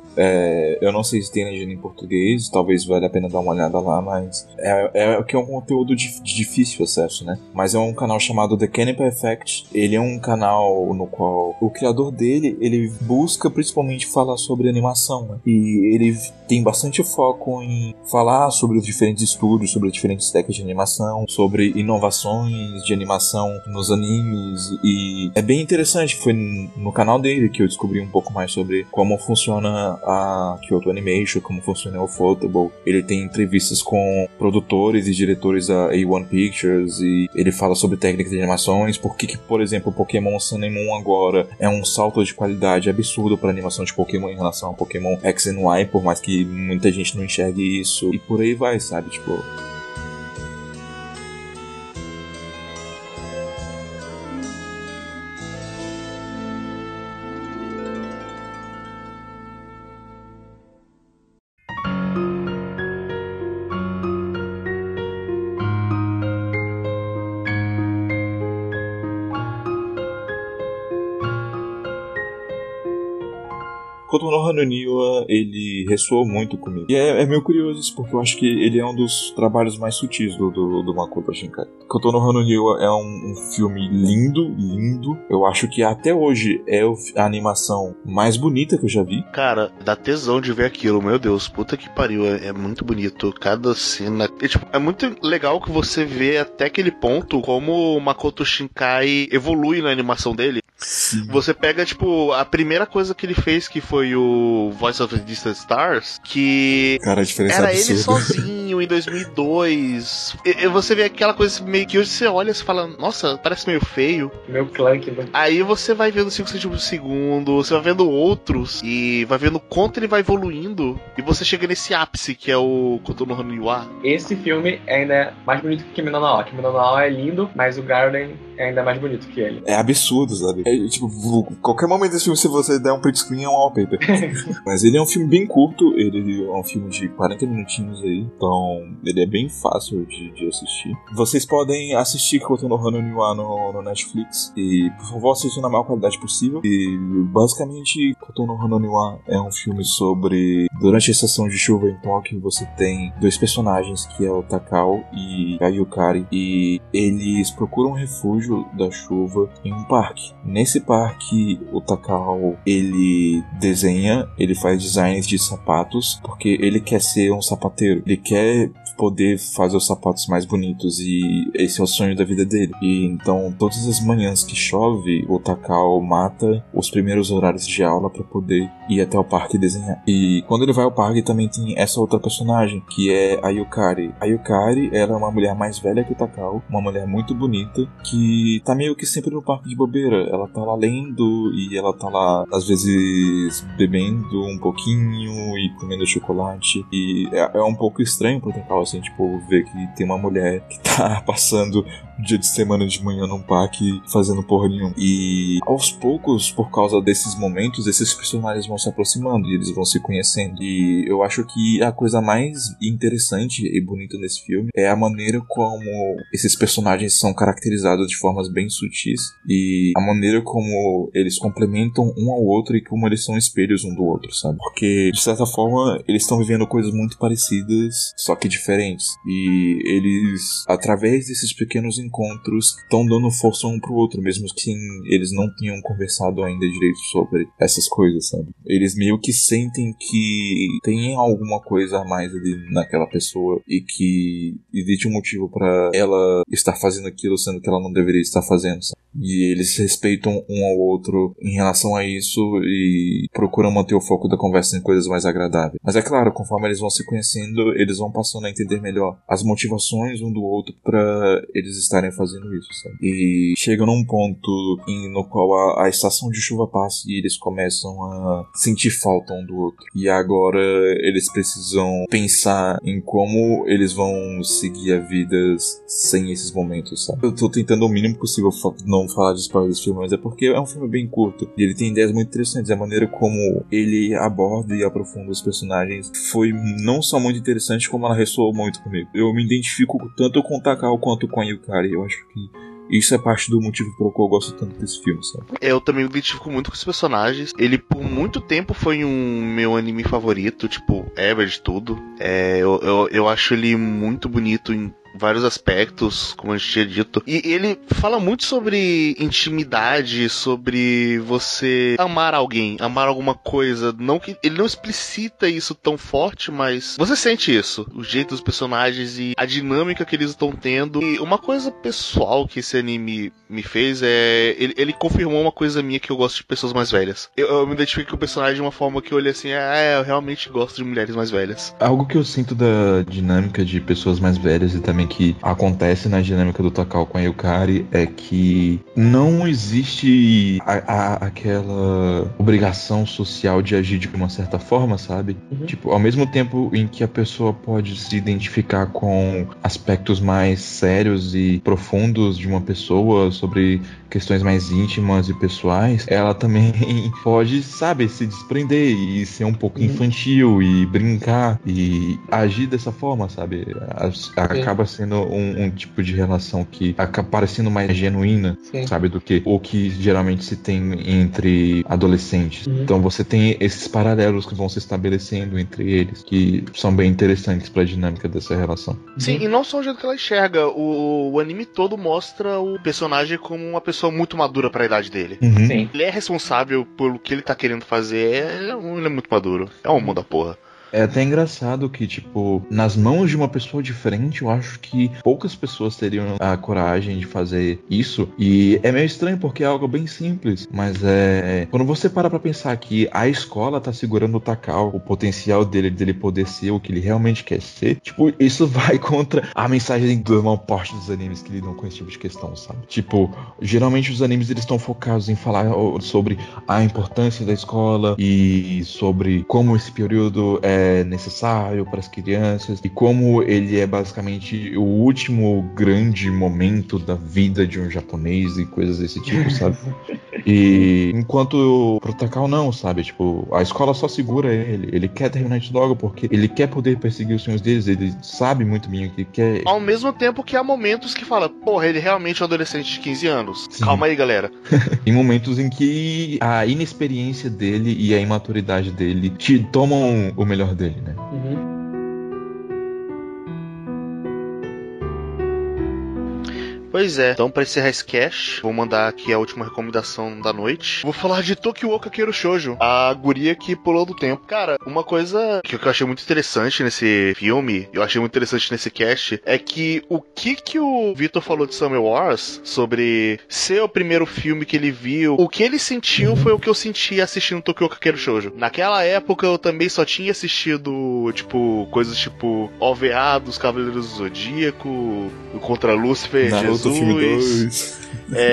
eu não sei se tem legenda em português, talvez valha a pena dar uma olhada lá, mas que é um conteúdo de difícil acesso, né? Mas é um canal chamado The Canapa Effect. Ele é um canal no qual o criador dele, ele busca principalmente falar sobre animação, né? E ele tem bastante foco em falar sobre os diferentes estúdios, sobre as diferentes técnicas de animação, sobre inovações de animação nos animes, e é bem interessante. Foi no canal dele que eu descobri um pouco mais sobre como funciona a Kyoto Animation, como funciona o Ufotable. Ele tem entrevistas com produtores e diretores da A1 Pictures, e ele fala sobre técnicas de animações, porque por exemplo, o Pokémon Sun and Moon agora é um salto de qualidade absurdo para animação de Pokémon em relação ao Pokémon X and Y, por mais que muita gente não enxergue isso, e por aí vai, sabe? Tipo... Kotonoha no Niwa, ele ressoou muito comigo. E é meio curioso isso, porque eu acho que ele é um dos trabalhos mais sutis do Makoto Shinkai. Kotonoha no Niwa é um filme lindo. Eu acho que até hoje é a animação mais bonita que eu já vi. Cara, dá tesão de ver aquilo, meu Deus, puta que pariu, é muito bonito. Cada cena... É muito legal que você vê até aquele ponto como o Makoto Shinkai evolui na animação dele. Sim. Você pega, tipo, a primeira coisa que ele fez, que foi o Voice of the Distant Stars, que cara, a diferença era absurda. ele sozinho em 2002. E você vê aquela coisa meio que hoje você olha e fala, nossa, parece meio feio. Meio clunky, né? Aí você vai vendo 5 centímetros por segundo, você vai vendo outros, e vai vendo quanto ele vai evoluindo, e você chega nesse ápice, que é o Kotonoha no Niwa. Esse filme ainda é mais bonito que Kimi no Na wa. Kimi no Na wa é lindo, mas o Garden é ainda mais bonito que ele. É absurdo, sabe? Tipo, qualquer momento desse filme, se você der um print screen, é um wallpaper. Mas ele é um filme bem curto, ele é um filme de 40 minutinhos aí, então ele é bem fácil de assistir. Vocês podem assistir Kotonoha no Niwa no Netflix, e por favor assistam na maior qualidade possível. E basicamente Kotonoha no Niwa é um filme sobre, durante a estação de chuva em Tóquio, você tem 2 personagens, que é o Takao e a Yukari, e eles procuram um refúgio da chuva em um parque. Nesse parque, o Takao, ele desenha, ele faz designs de sapatos, porque ele quer ser um sapateiro. Ele quer poder fazer os sapatos mais bonitos, e esse é o sonho da vida dele. E então todas as manhãs que chove, o Takao mata os primeiros horários de aula para poder ir até o parque desenhar. E quando ele vai ao parque também tem essa outra personagem, que é a Yukari. A Yukari, ela é uma mulher mais velha que o Takao, uma mulher muito bonita, que tá meio que sempre no parque de bobeira. Ela tá lá lendo, e ela tá lá às vezes bebendo um pouquinho e comendo chocolate. E é um pouco estranho pro Takao, assim, tipo, ver que tem uma mulher que tá passando um dia de semana de manhã num parque fazendo porra nenhuma. E aos poucos, por causa desses momentos, esses personagens vão se aproximando e eles vão se conhecendo. E eu acho que a coisa mais interessante e bonita nesse filme é a maneira como esses personagens são caracterizados de formas bem sutis, e a maneira como eles complementam um ao outro e como eles são espelhos um do outro, sabe? Porque, de certa forma, eles estão vivendo coisas muito parecidas, só que diferentes. E eles, através desses pequenos encontros, estão dando força um pro outro, mesmo que eles não tenham conversado ainda direito sobre essas coisas, sabe? Eles meio que sentem que tem alguma coisa a mais ali naquela pessoa, e que existe um motivo pra ela estar fazendo aquilo, sendo que ela não deveria estar fazendo, sabe? E eles respeitam um ao outro em relação a isso e procuram manter o foco da conversa em coisas mais agradáveis. Mas é claro, conforme eles vão se conhecendo, eles vão passando a entender melhor as motivações um do outro pra eles estarem fazendo isso, sabe? E chega num ponto no qual a estação de chuva passa e eles começam a sentir falta um do outro. E agora eles precisam pensar em como eles vão seguir a vida sem esses momentos, sabe? Eu tô tentando o mínimo possível não falar de spoiler desse filme, mas é porque é um filme bem curto e ele tem ideias muito interessantes. A maneira como ele aborda e aprofunda os personagens foi não só muito interessante, como ela ressoou muito comigo. Eu me identifico tanto com o Takao quanto com a Yukari. Eu acho que isso é parte do motivo pelo qual eu gosto tanto desse filme, sabe? Eu também me identifico muito com os personagens. Ele, por muito tempo, foi meu anime favorito, tipo, ever de tudo. Eu acho ele muito bonito em vários aspectos, como a gente tinha dito. E ele fala muito sobre intimidade, sobre você amar alguém, amar alguma coisa. Não que ele não explicita isso tão forte, mas você sente isso. O jeito dos personagens e a dinâmica que eles estão tendo. E uma coisa pessoal que esse anime me fez é... Ele confirmou uma coisa minha, que eu gosto de pessoas mais velhas. Eu me identifiquei com o personagem de uma forma que eu olhei assim, eu realmente gosto de mulheres mais velhas. Algo que eu sinto da dinâmica de pessoas mais velhas e também que acontece na dinâmica do Takao com a Yukari é que não existe aquela obrigação social de agir de uma certa forma, sabe? Uhum. Tipo, ao mesmo tempo em que a pessoa pode se identificar com aspectos mais sérios e profundos de uma pessoa, sobre questões mais íntimas e pessoais, ela também pode, sabe, se desprender e ser um pouco infantil e brincar e agir dessa forma, sabe? Acaba sendo um tipo de relação que acaba parecendo mais genuína, sabe, do que o que geralmente se tem entre adolescentes. Então você tem esses paralelos que vão se estabelecendo entre eles, que são bem interessantes pra dinâmica dessa relação. Sim, e não só o jeito que ela enxerga, o anime todo mostra o personagem como uma pessoa muito madura pra idade dele. Sim. Ele é responsável pelo que ele tá querendo fazer, ele é muito maduro. É um mundo da porra. É até engraçado que, tipo, nas mãos de uma pessoa diferente, eu acho que poucas pessoas teriam a coragem de fazer isso. E é meio estranho porque é algo bem simples. Mas quando você para pra pensar que a escola tá segurando o Takao, o potencial dele poder ser o que ele realmente quer ser, tipo, isso vai contra a mensagem da maior parte dos animes que lidam com esse tipo de questão, sabe? Tipo, geralmente os animes eles estão focados em falar sobre a importância da escola e sobre como esse período é necessário para as crianças e como ele é basicamente o último grande momento da vida de um japonês e coisas desse tipo, sabe? E enquanto pro Takao não, sabe? Tipo, a escola só segura ele quer terminar isso logo porque ele quer poder perseguir os sonhos deles, ele sabe muito bem o que quer. Ao mesmo tempo que há momentos que fala, porra, ele realmente é um adolescente de 15 anos. Sim. Calma aí, galera. Em momentos em que a inexperiência dele e a imaturidade dele te tomam o melhor dele, né? Pois é, então pra encerrar esse cast, vou mandar aqui a última recomendação da noite. Vou falar de Tokyo Kakeru Shoujo, a guria que pulou do tempo. Cara, uma coisa que eu achei muito interessante nesse filme, eu achei muito interessante nesse cast, é que o que o Vitor falou de Summer Wars, sobre ser o primeiro filme que ele viu, o que ele sentiu foi o que eu senti assistindo Tokyo Kakeru Shoujo. Naquela época eu também só tinha assistido, tipo, coisas tipo OVA dos Cavaleiros do Zodíaco, Contra Lúcifer, Naruto, Jesus. filme 2.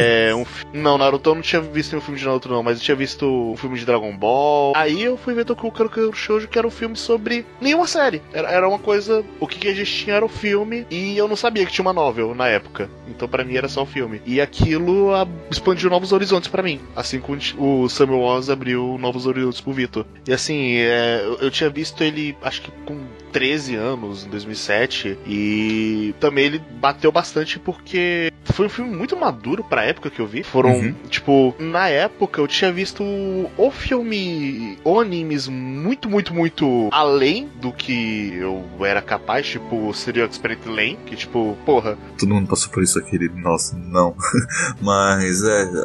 Não, Naruto eu não tinha visto nenhum filme de Naruto não, mas eu tinha visto um filme de Dragon Ball. Aí eu fui ver Tokyo Kakeru Shoujo, que era um filme sobre nenhuma série. Era uma coisa, o que a gente tinha era o filme, e eu não sabia que tinha uma novel na época. Então pra mim era só o filme. E aquilo expandiu novos horizontes pra mim, assim como o Summer Wars abriu novos horizontes pro Vitor. E assim, eu tinha visto ele, acho que com 13 anos, em 2007, e também ele bateu bastante porque foi um filme muito maduro pra época que eu vi. Foram, tipo, na época eu tinha visto o filme ou animes muito, muito, muito além do que eu era capaz, tipo, Serial Experiment Lain, que tipo, porra. Todo mundo passou por isso aqui, nossa, não. Mas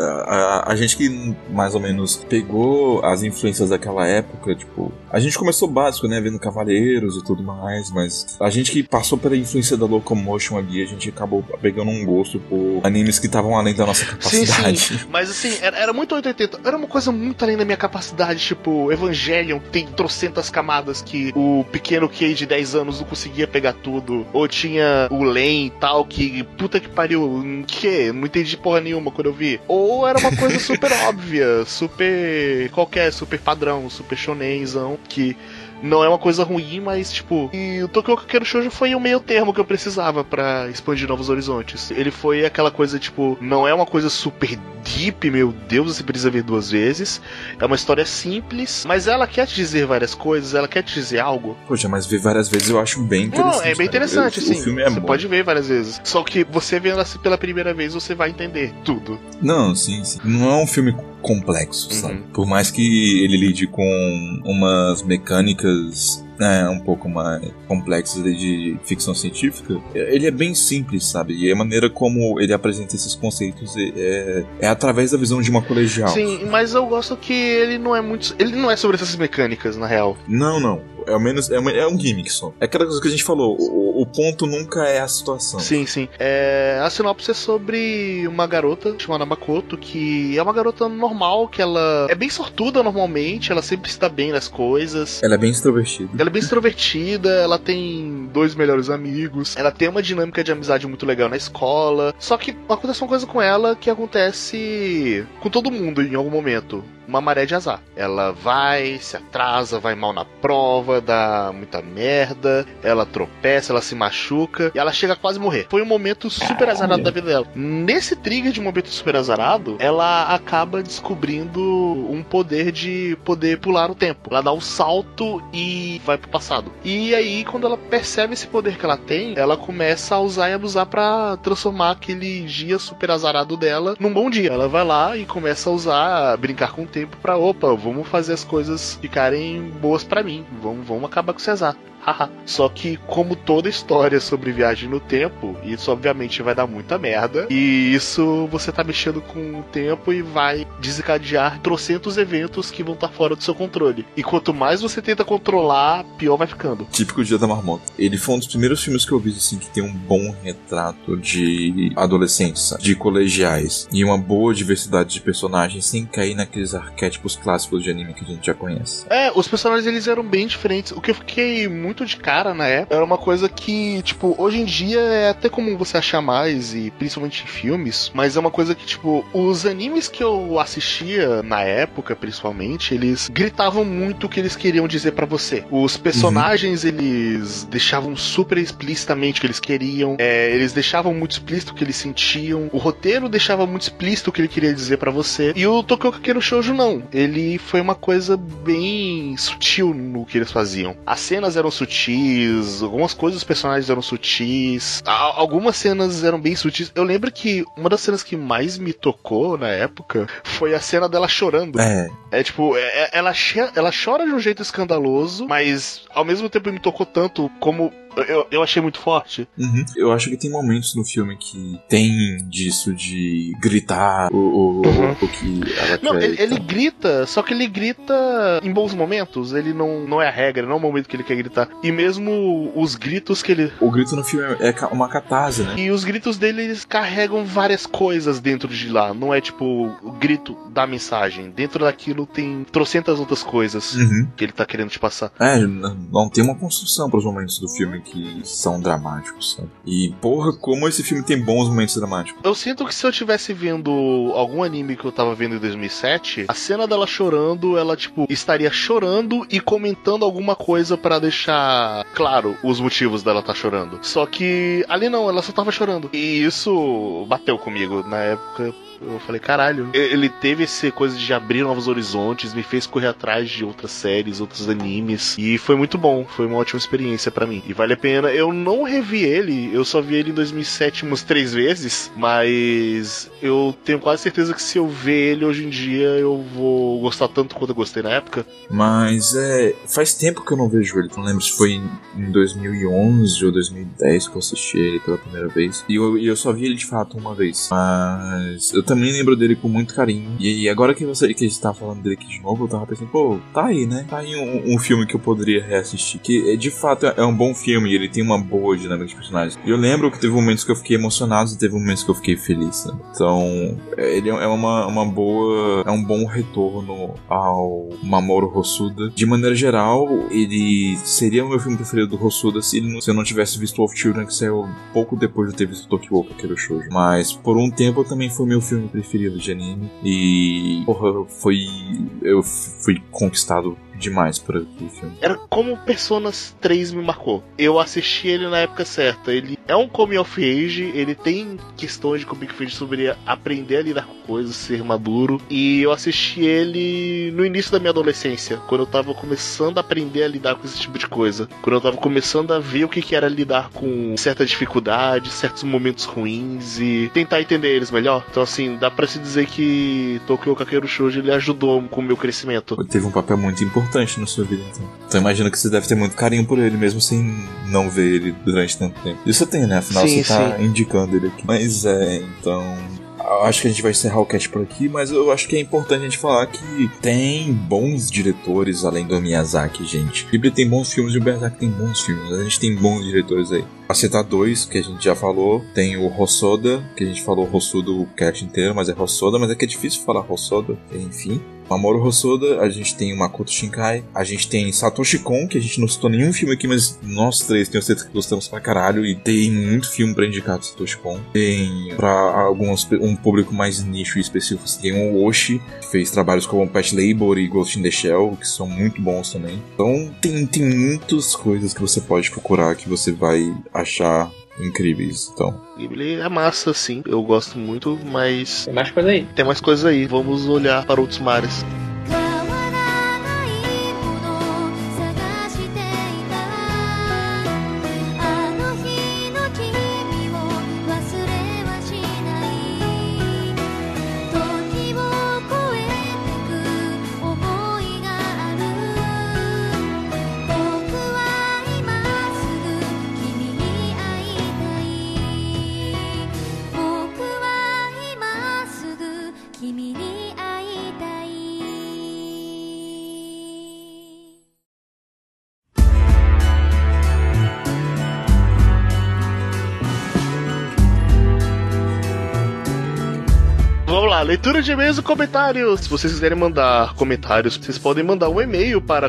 a gente que mais ou menos pegou as influências daquela época, tipo, a gente começou básico, né, vendo Cavaleiros e tudo mais, mas a gente que passou pela influência da Locomotion ali, a gente acabou pegando um gosto por animes que estavam além da nossa capacidade. Sim. Mas assim, era muito 880, era uma coisa muito além da minha capacidade, tipo, Evangelion tem trocentas camadas que o pequeno Kei de 10 anos não conseguia pegar tudo, ou tinha o Len e tal, que puta que pariu, não entendi porra nenhuma quando eu vi, ou era uma coisa super óbvia, super qualquer, super padrão, super shonenzão, que não é uma coisa ruim, mas tipo... E o Tokyo Kakeru Shoujo foi o meio termo que eu precisava pra expandir novos horizontes. Ele foi aquela coisa, tipo... Não é uma coisa super deep, meu Deus, você precisa ver 2 vezes. É uma história simples, mas ela quer te dizer várias coisas, ela quer te dizer algo. Poxa, mas ver várias vezes eu acho bem interessante. Não, é bem interessante, sim. O filme é você bom. pode ver várias vezes. Só que você vendo assim pela primeira vez, você vai entender tudo. Não, sim. Não é um filme complexo, sabe? Por mais que ele lide com umas mecânicas um pouco mais complexas de ficção científica, ele é bem simples, sabe? E a maneira como ele apresenta esses conceitos é através da visão de uma colegial. Sim, mas eu gosto que ele não é sobre essas mecânicas, na real. Não. É um gimmick só. É aquela coisa que a gente falou, o ponto nunca é a situação. Sim. A sinopse é sobre uma garota chamada Makoto, que é uma garota normal, que ela é bem sortuda normalmente, ela sempre se dá bem nas coisas. Ela é bem extrovertida. Ela tem 2 melhores amigos, ela tem uma dinâmica de amizade muito legal na escola. Só que acontece uma coisa com ela que acontece com todo mundo em algum momento. Uma maré de azar. Ela se atrasa, vai mal na prova, dá muita merda, ela tropeça, ela se machuca e ela chega a quase morrer. Foi um momento super azarado da vida dela. Nesse trigger de momento super azarado, ela acaba descobrindo um poder de poder pular o tempo. Ela dá um salto e vai pro passado. E aí, quando ela percebe esse poder que ela tem, ela começa a usar e abusar pra transformar aquele dia super azarado dela num bom dia. Ela vai lá e começa a usar, brincar com o tempo pra, vamos fazer as coisas ficarem boas pra mim, vamos acabar com esse azar. Só que, como toda história sobre viagem no tempo, isso obviamente vai dar muita merda, e isso você tá mexendo com o tempo e vai desencadear trocentos eventos que vão estar fora do seu controle. E quanto mais você tenta controlar, pior vai ficando. Típico Dia da Marmota. Ele foi um dos primeiros filmes que eu vi assim, que tem um bom retrato de adolescentes, de colegiais, e uma boa diversidade de personagens sem cair naqueles arquétipos clássicos de anime que a gente já conhece. Os personagens eles eram bem diferentes. O que eu fiquei muito de cara na época era uma coisa que, tipo, hoje em dia é até comum você achar mais, e principalmente em filmes, mas é uma coisa que, tipo, os animes que eu assistia na época, principalmente, eles gritavam muito o que eles queriam dizer pra você. Os personagens, eles deixavam super explicitamente o que eles queriam, eles deixavam muito explícito o que eles sentiam, o roteiro deixava muito explícito o que ele queria dizer pra você, e o Tokyo Kakeru Shoujo não. Ele foi uma coisa bem sutil no que eles faziam. As cenas eram sutis, algumas coisas dos personagens eram sutis, algumas cenas eram bem sutis. Eu lembro que uma das cenas que mais me tocou na época foi a cena dela chorando. Tipo, ela chora de um jeito escandaloso, mas ao mesmo tempo me tocou tanto como eu achei muito forte. Uhum. Eu acho que tem momentos no filme que tem disso de gritar o que ela não, quer. Ele grita, só que ele grita em bons momentos. Ele não é a regra, não é o momento que ele quer gritar. E mesmo os gritos que ele... O grito no filme é uma catarse, né? E os gritos dele, eles carregam várias coisas dentro de lá. Não é tipo o grito da mensagem. Dentro daquilo tem trocentas outras coisas que ele tá querendo te passar. Não tem uma construção pros momentos do filme que são dramáticos, sabe? E porra, como esse filme tem bons momentos dramáticos. Eu sinto que se eu tivesse vendo algum anime que eu tava vendo em 2007, a cena dela chorando, ela tipo estaria chorando e comentando alguma coisa pra deixar claro os motivos dela tá chorando. Só que ali não, ela só tava chorando. E isso bateu comigo na época. Eu falei, caralho, ele teve essa coisa de abrir novos horizontes, me fez correr atrás de outras séries, outros animes, e foi muito bom, foi uma ótima experiência pra mim. E vale a pena. Eu não revi ele, eu só vi ele em 2007 umas 3 vezes, mas eu tenho quase certeza que se eu ver ele hoje em dia, eu vou gostar tanto quanto eu gostei na época. Mas faz tempo que eu não vejo ele, não lembro se foi em 2011 ou 2010 que eu assisti ele pela primeira vez, e eu só vi ele de fato uma vez, mas eu também lembro dele com muito carinho. E agora que a gente tá falando dele aqui de novo, eu tava pensando, pô, tá aí, né? Tá aí um filme que eu poderia reassistir. Que de fato é um bom filme e ele tem uma boa dinâmica de personagens. E eu lembro que teve momentos que eu fiquei emocionado e teve momentos que eu fiquei feliz, né? Então, ele é uma boa... É um bom retorno ao Mamoru Hosoda. De maneira geral, ele seria o meu filme preferido do Hosoda se eu não tivesse visto Wolf Children, que saiu pouco depois de ter visto Tokyo Kakeru Shoujo. Mas, por um tempo, também foi meu filme preferido de anime e porra, eu fui conquistado demais por aquele filme. Era como Personas 3 me marcou. Eu assisti ele na época certa. Ele é um coming of age, ele tem questões de coming of age sobre aprender a lidar com coisas, ser maduro. E eu assisti ele no início da minha adolescência, quando eu tava começando a aprender a lidar com esse tipo de coisa. Quando eu tava começando a ver o que era lidar com certa dificuldade, certos momentos ruins e tentar entender eles melhor. Então assim, dá pra se dizer que Tokyo Kakeru Shoujo ele ajudou com o meu crescimento. Teve um papel muito importante na sua vida, então imagino que você deve ter muito carinho por ele, mesmo sem não ver ele durante tanto tempo. E você tem, né? Afinal, sim, você tá indicando ele aqui. Mas então... Acho que a gente vai encerrar o cast por aqui, mas eu acho que é importante a gente falar que tem bons diretores além do Miyazaki, gente. Ghibli tem bons filmes e o Miyazaki tem bons filmes. A gente tem bons diretores aí. A citar 2, que a gente já falou. Tem o Hosoda, que a gente falou Hosoda o cast inteiro, mas é Hosoda. Mas é que é difícil falar Hosoda, enfim. Mamoru Hosoda, a gente tem o Makoto Shinkai, a gente tem Satoshi Kon, que a gente não citou nenhum filme aqui, mas nós três tenho certeza que gostamos pra caralho, e tem muito filme pra indicar do Satoshi Kon. Tem pra um público mais nicho e específico, tem o Oshi, que fez trabalhos como Pet Labor e Ghost in the Shell, que são muito bons também. Então tem muitas coisas que você pode procurar que você vai achar incríveis, então. Ghibli é massa, sim. Eu gosto muito, mas... Tem mais coisa aí. Tem mais coisa aí. Vamos olhar para outros mares. Leitura de e-mails e comentários. Se vocês quiserem mandar comentários, vocês podem mandar um e-mail para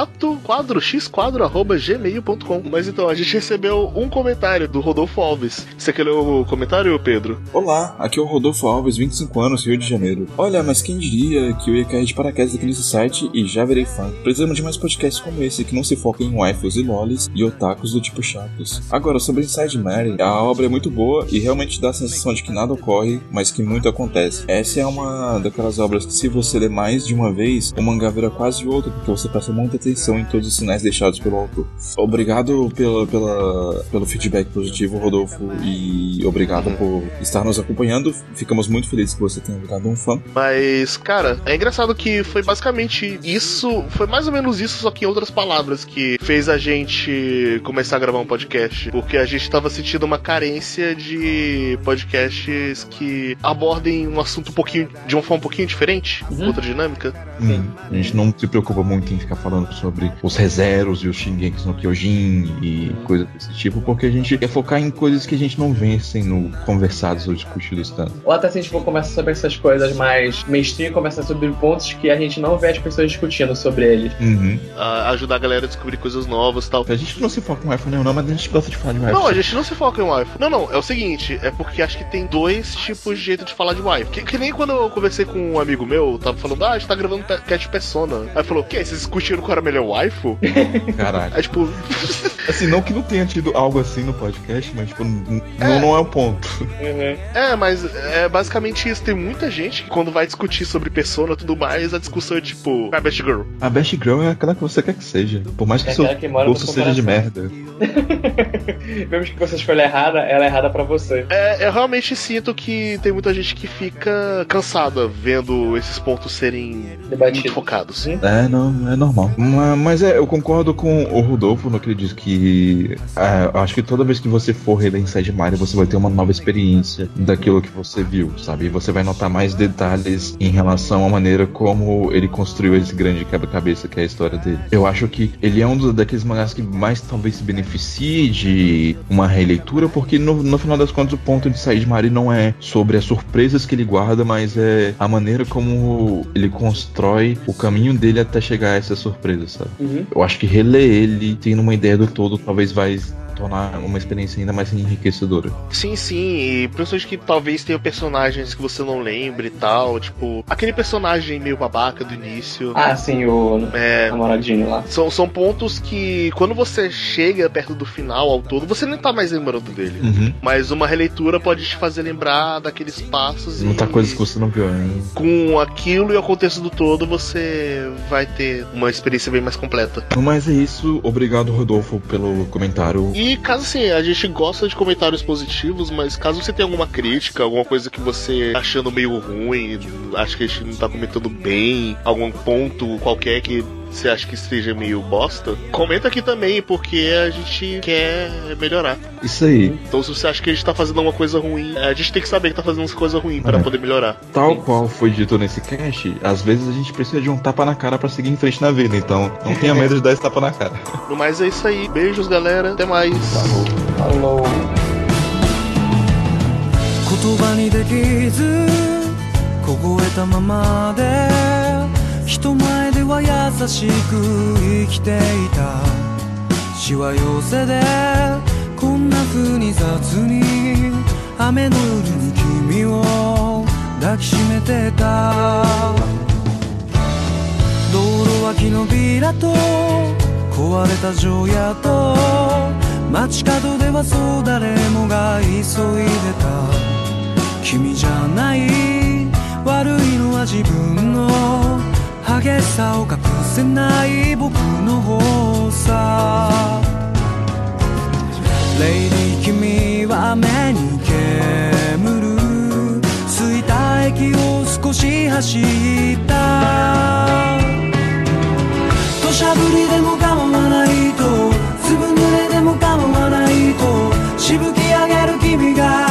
contato@gmail.com. Mas então, a gente recebeu um comentário do Rodolfo Alves. Você quer ler o comentário, Pedro? Olá, aqui é o Rodolfo Alves, 25 anos, Rio de Janeiro. Olha, mas quem diria que eu ia cair de paraquedas aqui nesse site e já virei fã. Precisamos de mais podcasts como esse, que não se foquem em waifus e lolis e otakus do tipo chatos. Agora, sobre Inside Mary, a obra é muito boa e realmente dá a sensação de que nada ocorre, mas que muito acontece. Essa é uma daquelas obras que, se você ler mais de uma vez, o mangá vira quase outro, porque você presta muita atenção em todos os sinais deixados pelo autor. Obrigado pelo feedback positivo, Rodolfo, e obrigado por estar nos acompanhando. Ficamos muito felizes que você tenha virado um fã. Mas, cara, é engraçado que foi basicamente isso, foi mais ou menos isso, só que em outras palavras, que fez a gente começar a gravar um podcast. Porque a gente tava sentindo uma carência de podcasts que abordem um assunto de uma forma um pouquinho diferente, outra dinâmica. A gente não se preocupa muito em ficar falando sobre os Re:Zeros e os Shingeki no Kyojin e coisas desse tipo, porque a gente quer focar em coisas que a gente não vê sendo conversados ou discutidos tanto. Ou até se a gente for conversar sobre essas coisas mais mainstream, conversar sobre pontos que a gente não vê as pessoas discutindo sobre eles. Ajudar a galera a descobrir coisas novas e tal. A gente não se foca em waifu nenhum, não, mas a gente gosta de falar de waifu. Não, a gente não se foca em waifu. Não, é o seguinte, é porque acho que tem dois tipos de jeito de falar de waifu. Que nem quando eu conversei com um amigo meu, tava falando, a gente tá gravando cast Persona. Aí falou, o quê? Vocês discutiram qual era melhor waifu? Caralho. Aí tipo... assim, não que não tenha tido algo assim no podcast, mas tipo, não é o ponto. Mas é basicamente isso. Tem muita gente que quando vai discutir sobre Persona e tudo mais, a discussão é tipo, a Best Girl. A Best Girl é aquela que você quer que seja. Por mais que seu gosto seja de merda. Mesmo que você escolha errada, ela é errada pra você. Eu realmente sinto que tem muita gente que fica cansada vendo esses pontos serem muito focados. Não, é normal. Mas eu concordo com o Rodolfo no que ele diz que acho que toda vez que você for reler Inside Mario, você vai ter uma nova experiência daquilo que você viu, sabe? E você vai notar mais detalhes em relação à maneira como ele construiu esse grande quebra-cabeça que é a história dele. Eu acho que ele é um daqueles mangás que mais talvez se beneficie de uma releitura, porque no final das contas o ponto de Inside Mario não é sobre as surpresas que ele guarda, mas é a maneira como ele constrói o caminho dele até chegar a essa surpresa, sabe? Eu acho que reler ele, tendo uma ideia do todo, talvez vai tornar uma experiência ainda mais enriquecedora. Sim, e principalmente que talvez tenha personagens que você não lembre e tal, tipo, aquele personagem meio babaca do início. Sim, o namoradinho lá. São pontos que, quando você chega perto do final ao todo, você nem tá mais lembrando dele. Mas uma releitura pode te fazer lembrar daqueles passos. Muita coisa que você não viu ainda. Com aquilo e o contexto do todo, você vai ter uma experiência bem mais completa. Mas é isso, obrigado, Rodolfo, pelo comentário. E caso assim, a gente gosta de comentários positivos, mas caso você tenha alguma crítica, alguma coisa que você achando meio ruim, acha que a gente não tá comentando bem, algum ponto qualquer que você acha que esteja meio bosta, comenta aqui também, porque a gente quer melhorar. Isso aí. Então se você acha que a gente tá fazendo alguma coisa ruim, a gente tem que saber que tá fazendo uma coisa ruim pra poder melhorar. Tal qual foi dito nesse cast, às vezes a gente precisa de um tapa na cara pra seguir em frente na vida, então não tenha medo de dar esse tapa na cara. No mais é isso aí. Beijos, galera. Até mais. Falou. 言葉にできず凍えたままで人前では優しく生きていたしわ寄せでこんな風に雑に雨の夜に君を抱きしめてた道路脇のビラと壊れた城屋と街角ではそう誰もが急いでた君じゃない悪いのは自分の激しさを隠せない僕の方さレイディ君は目に煙る着いた駅を少し走った土砂降りでも構わないとずぶ濡れでも構わないとしぶき上げる君が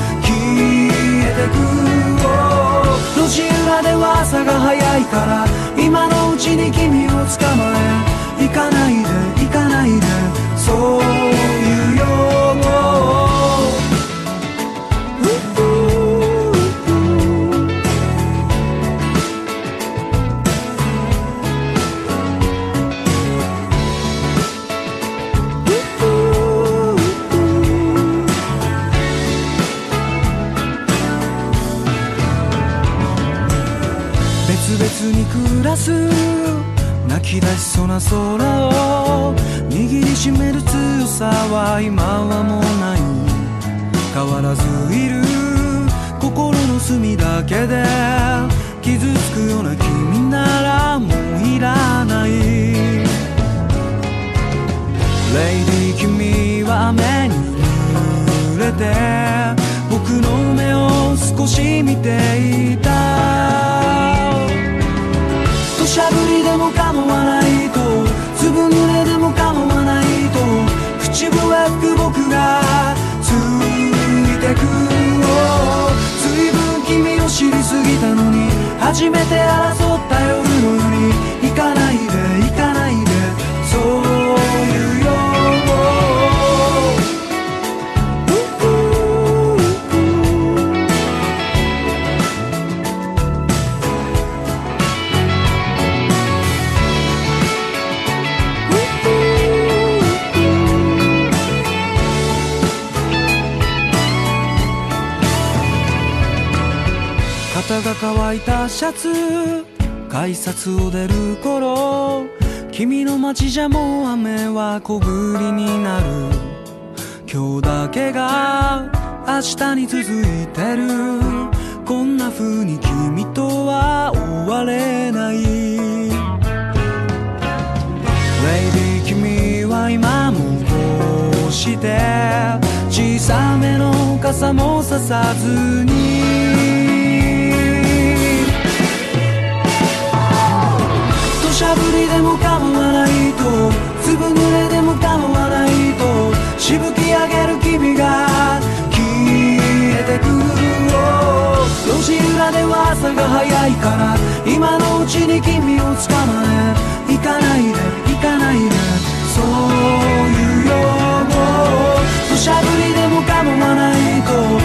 路地裏では朝が早いから今のうちに君を捕まえ行かないで行かないでそういうよ暮らす泣き出しそうな空を握りしめる強さは今はもうない変わらずいる心のみだけで傷つくような君ならもういらない。レイディ君は雨に濡れて僕の目を少し見ていた。土砂降りでも構わないと粒濡れでも構わないと口笛吹く僕がついてく。随分君を知りすぎたのに初めて争った夜のように行かないで行かないでそういうよ。肩が乾いたシャツ改札を出る頃君の街じゃもう雨は小降りになる。今日だけが明日に続いてる。こんな風に君とは終われない。レイディ君は今もこうして小さめの傘もささずに土砂降りでも構わないと粒濡れでも構わないとしぶき上げる君が消えてく。路地裏では朝が早いから今のうちに君を捕まえ行かないで行かないでそういうよ。土砂降りでも構わないと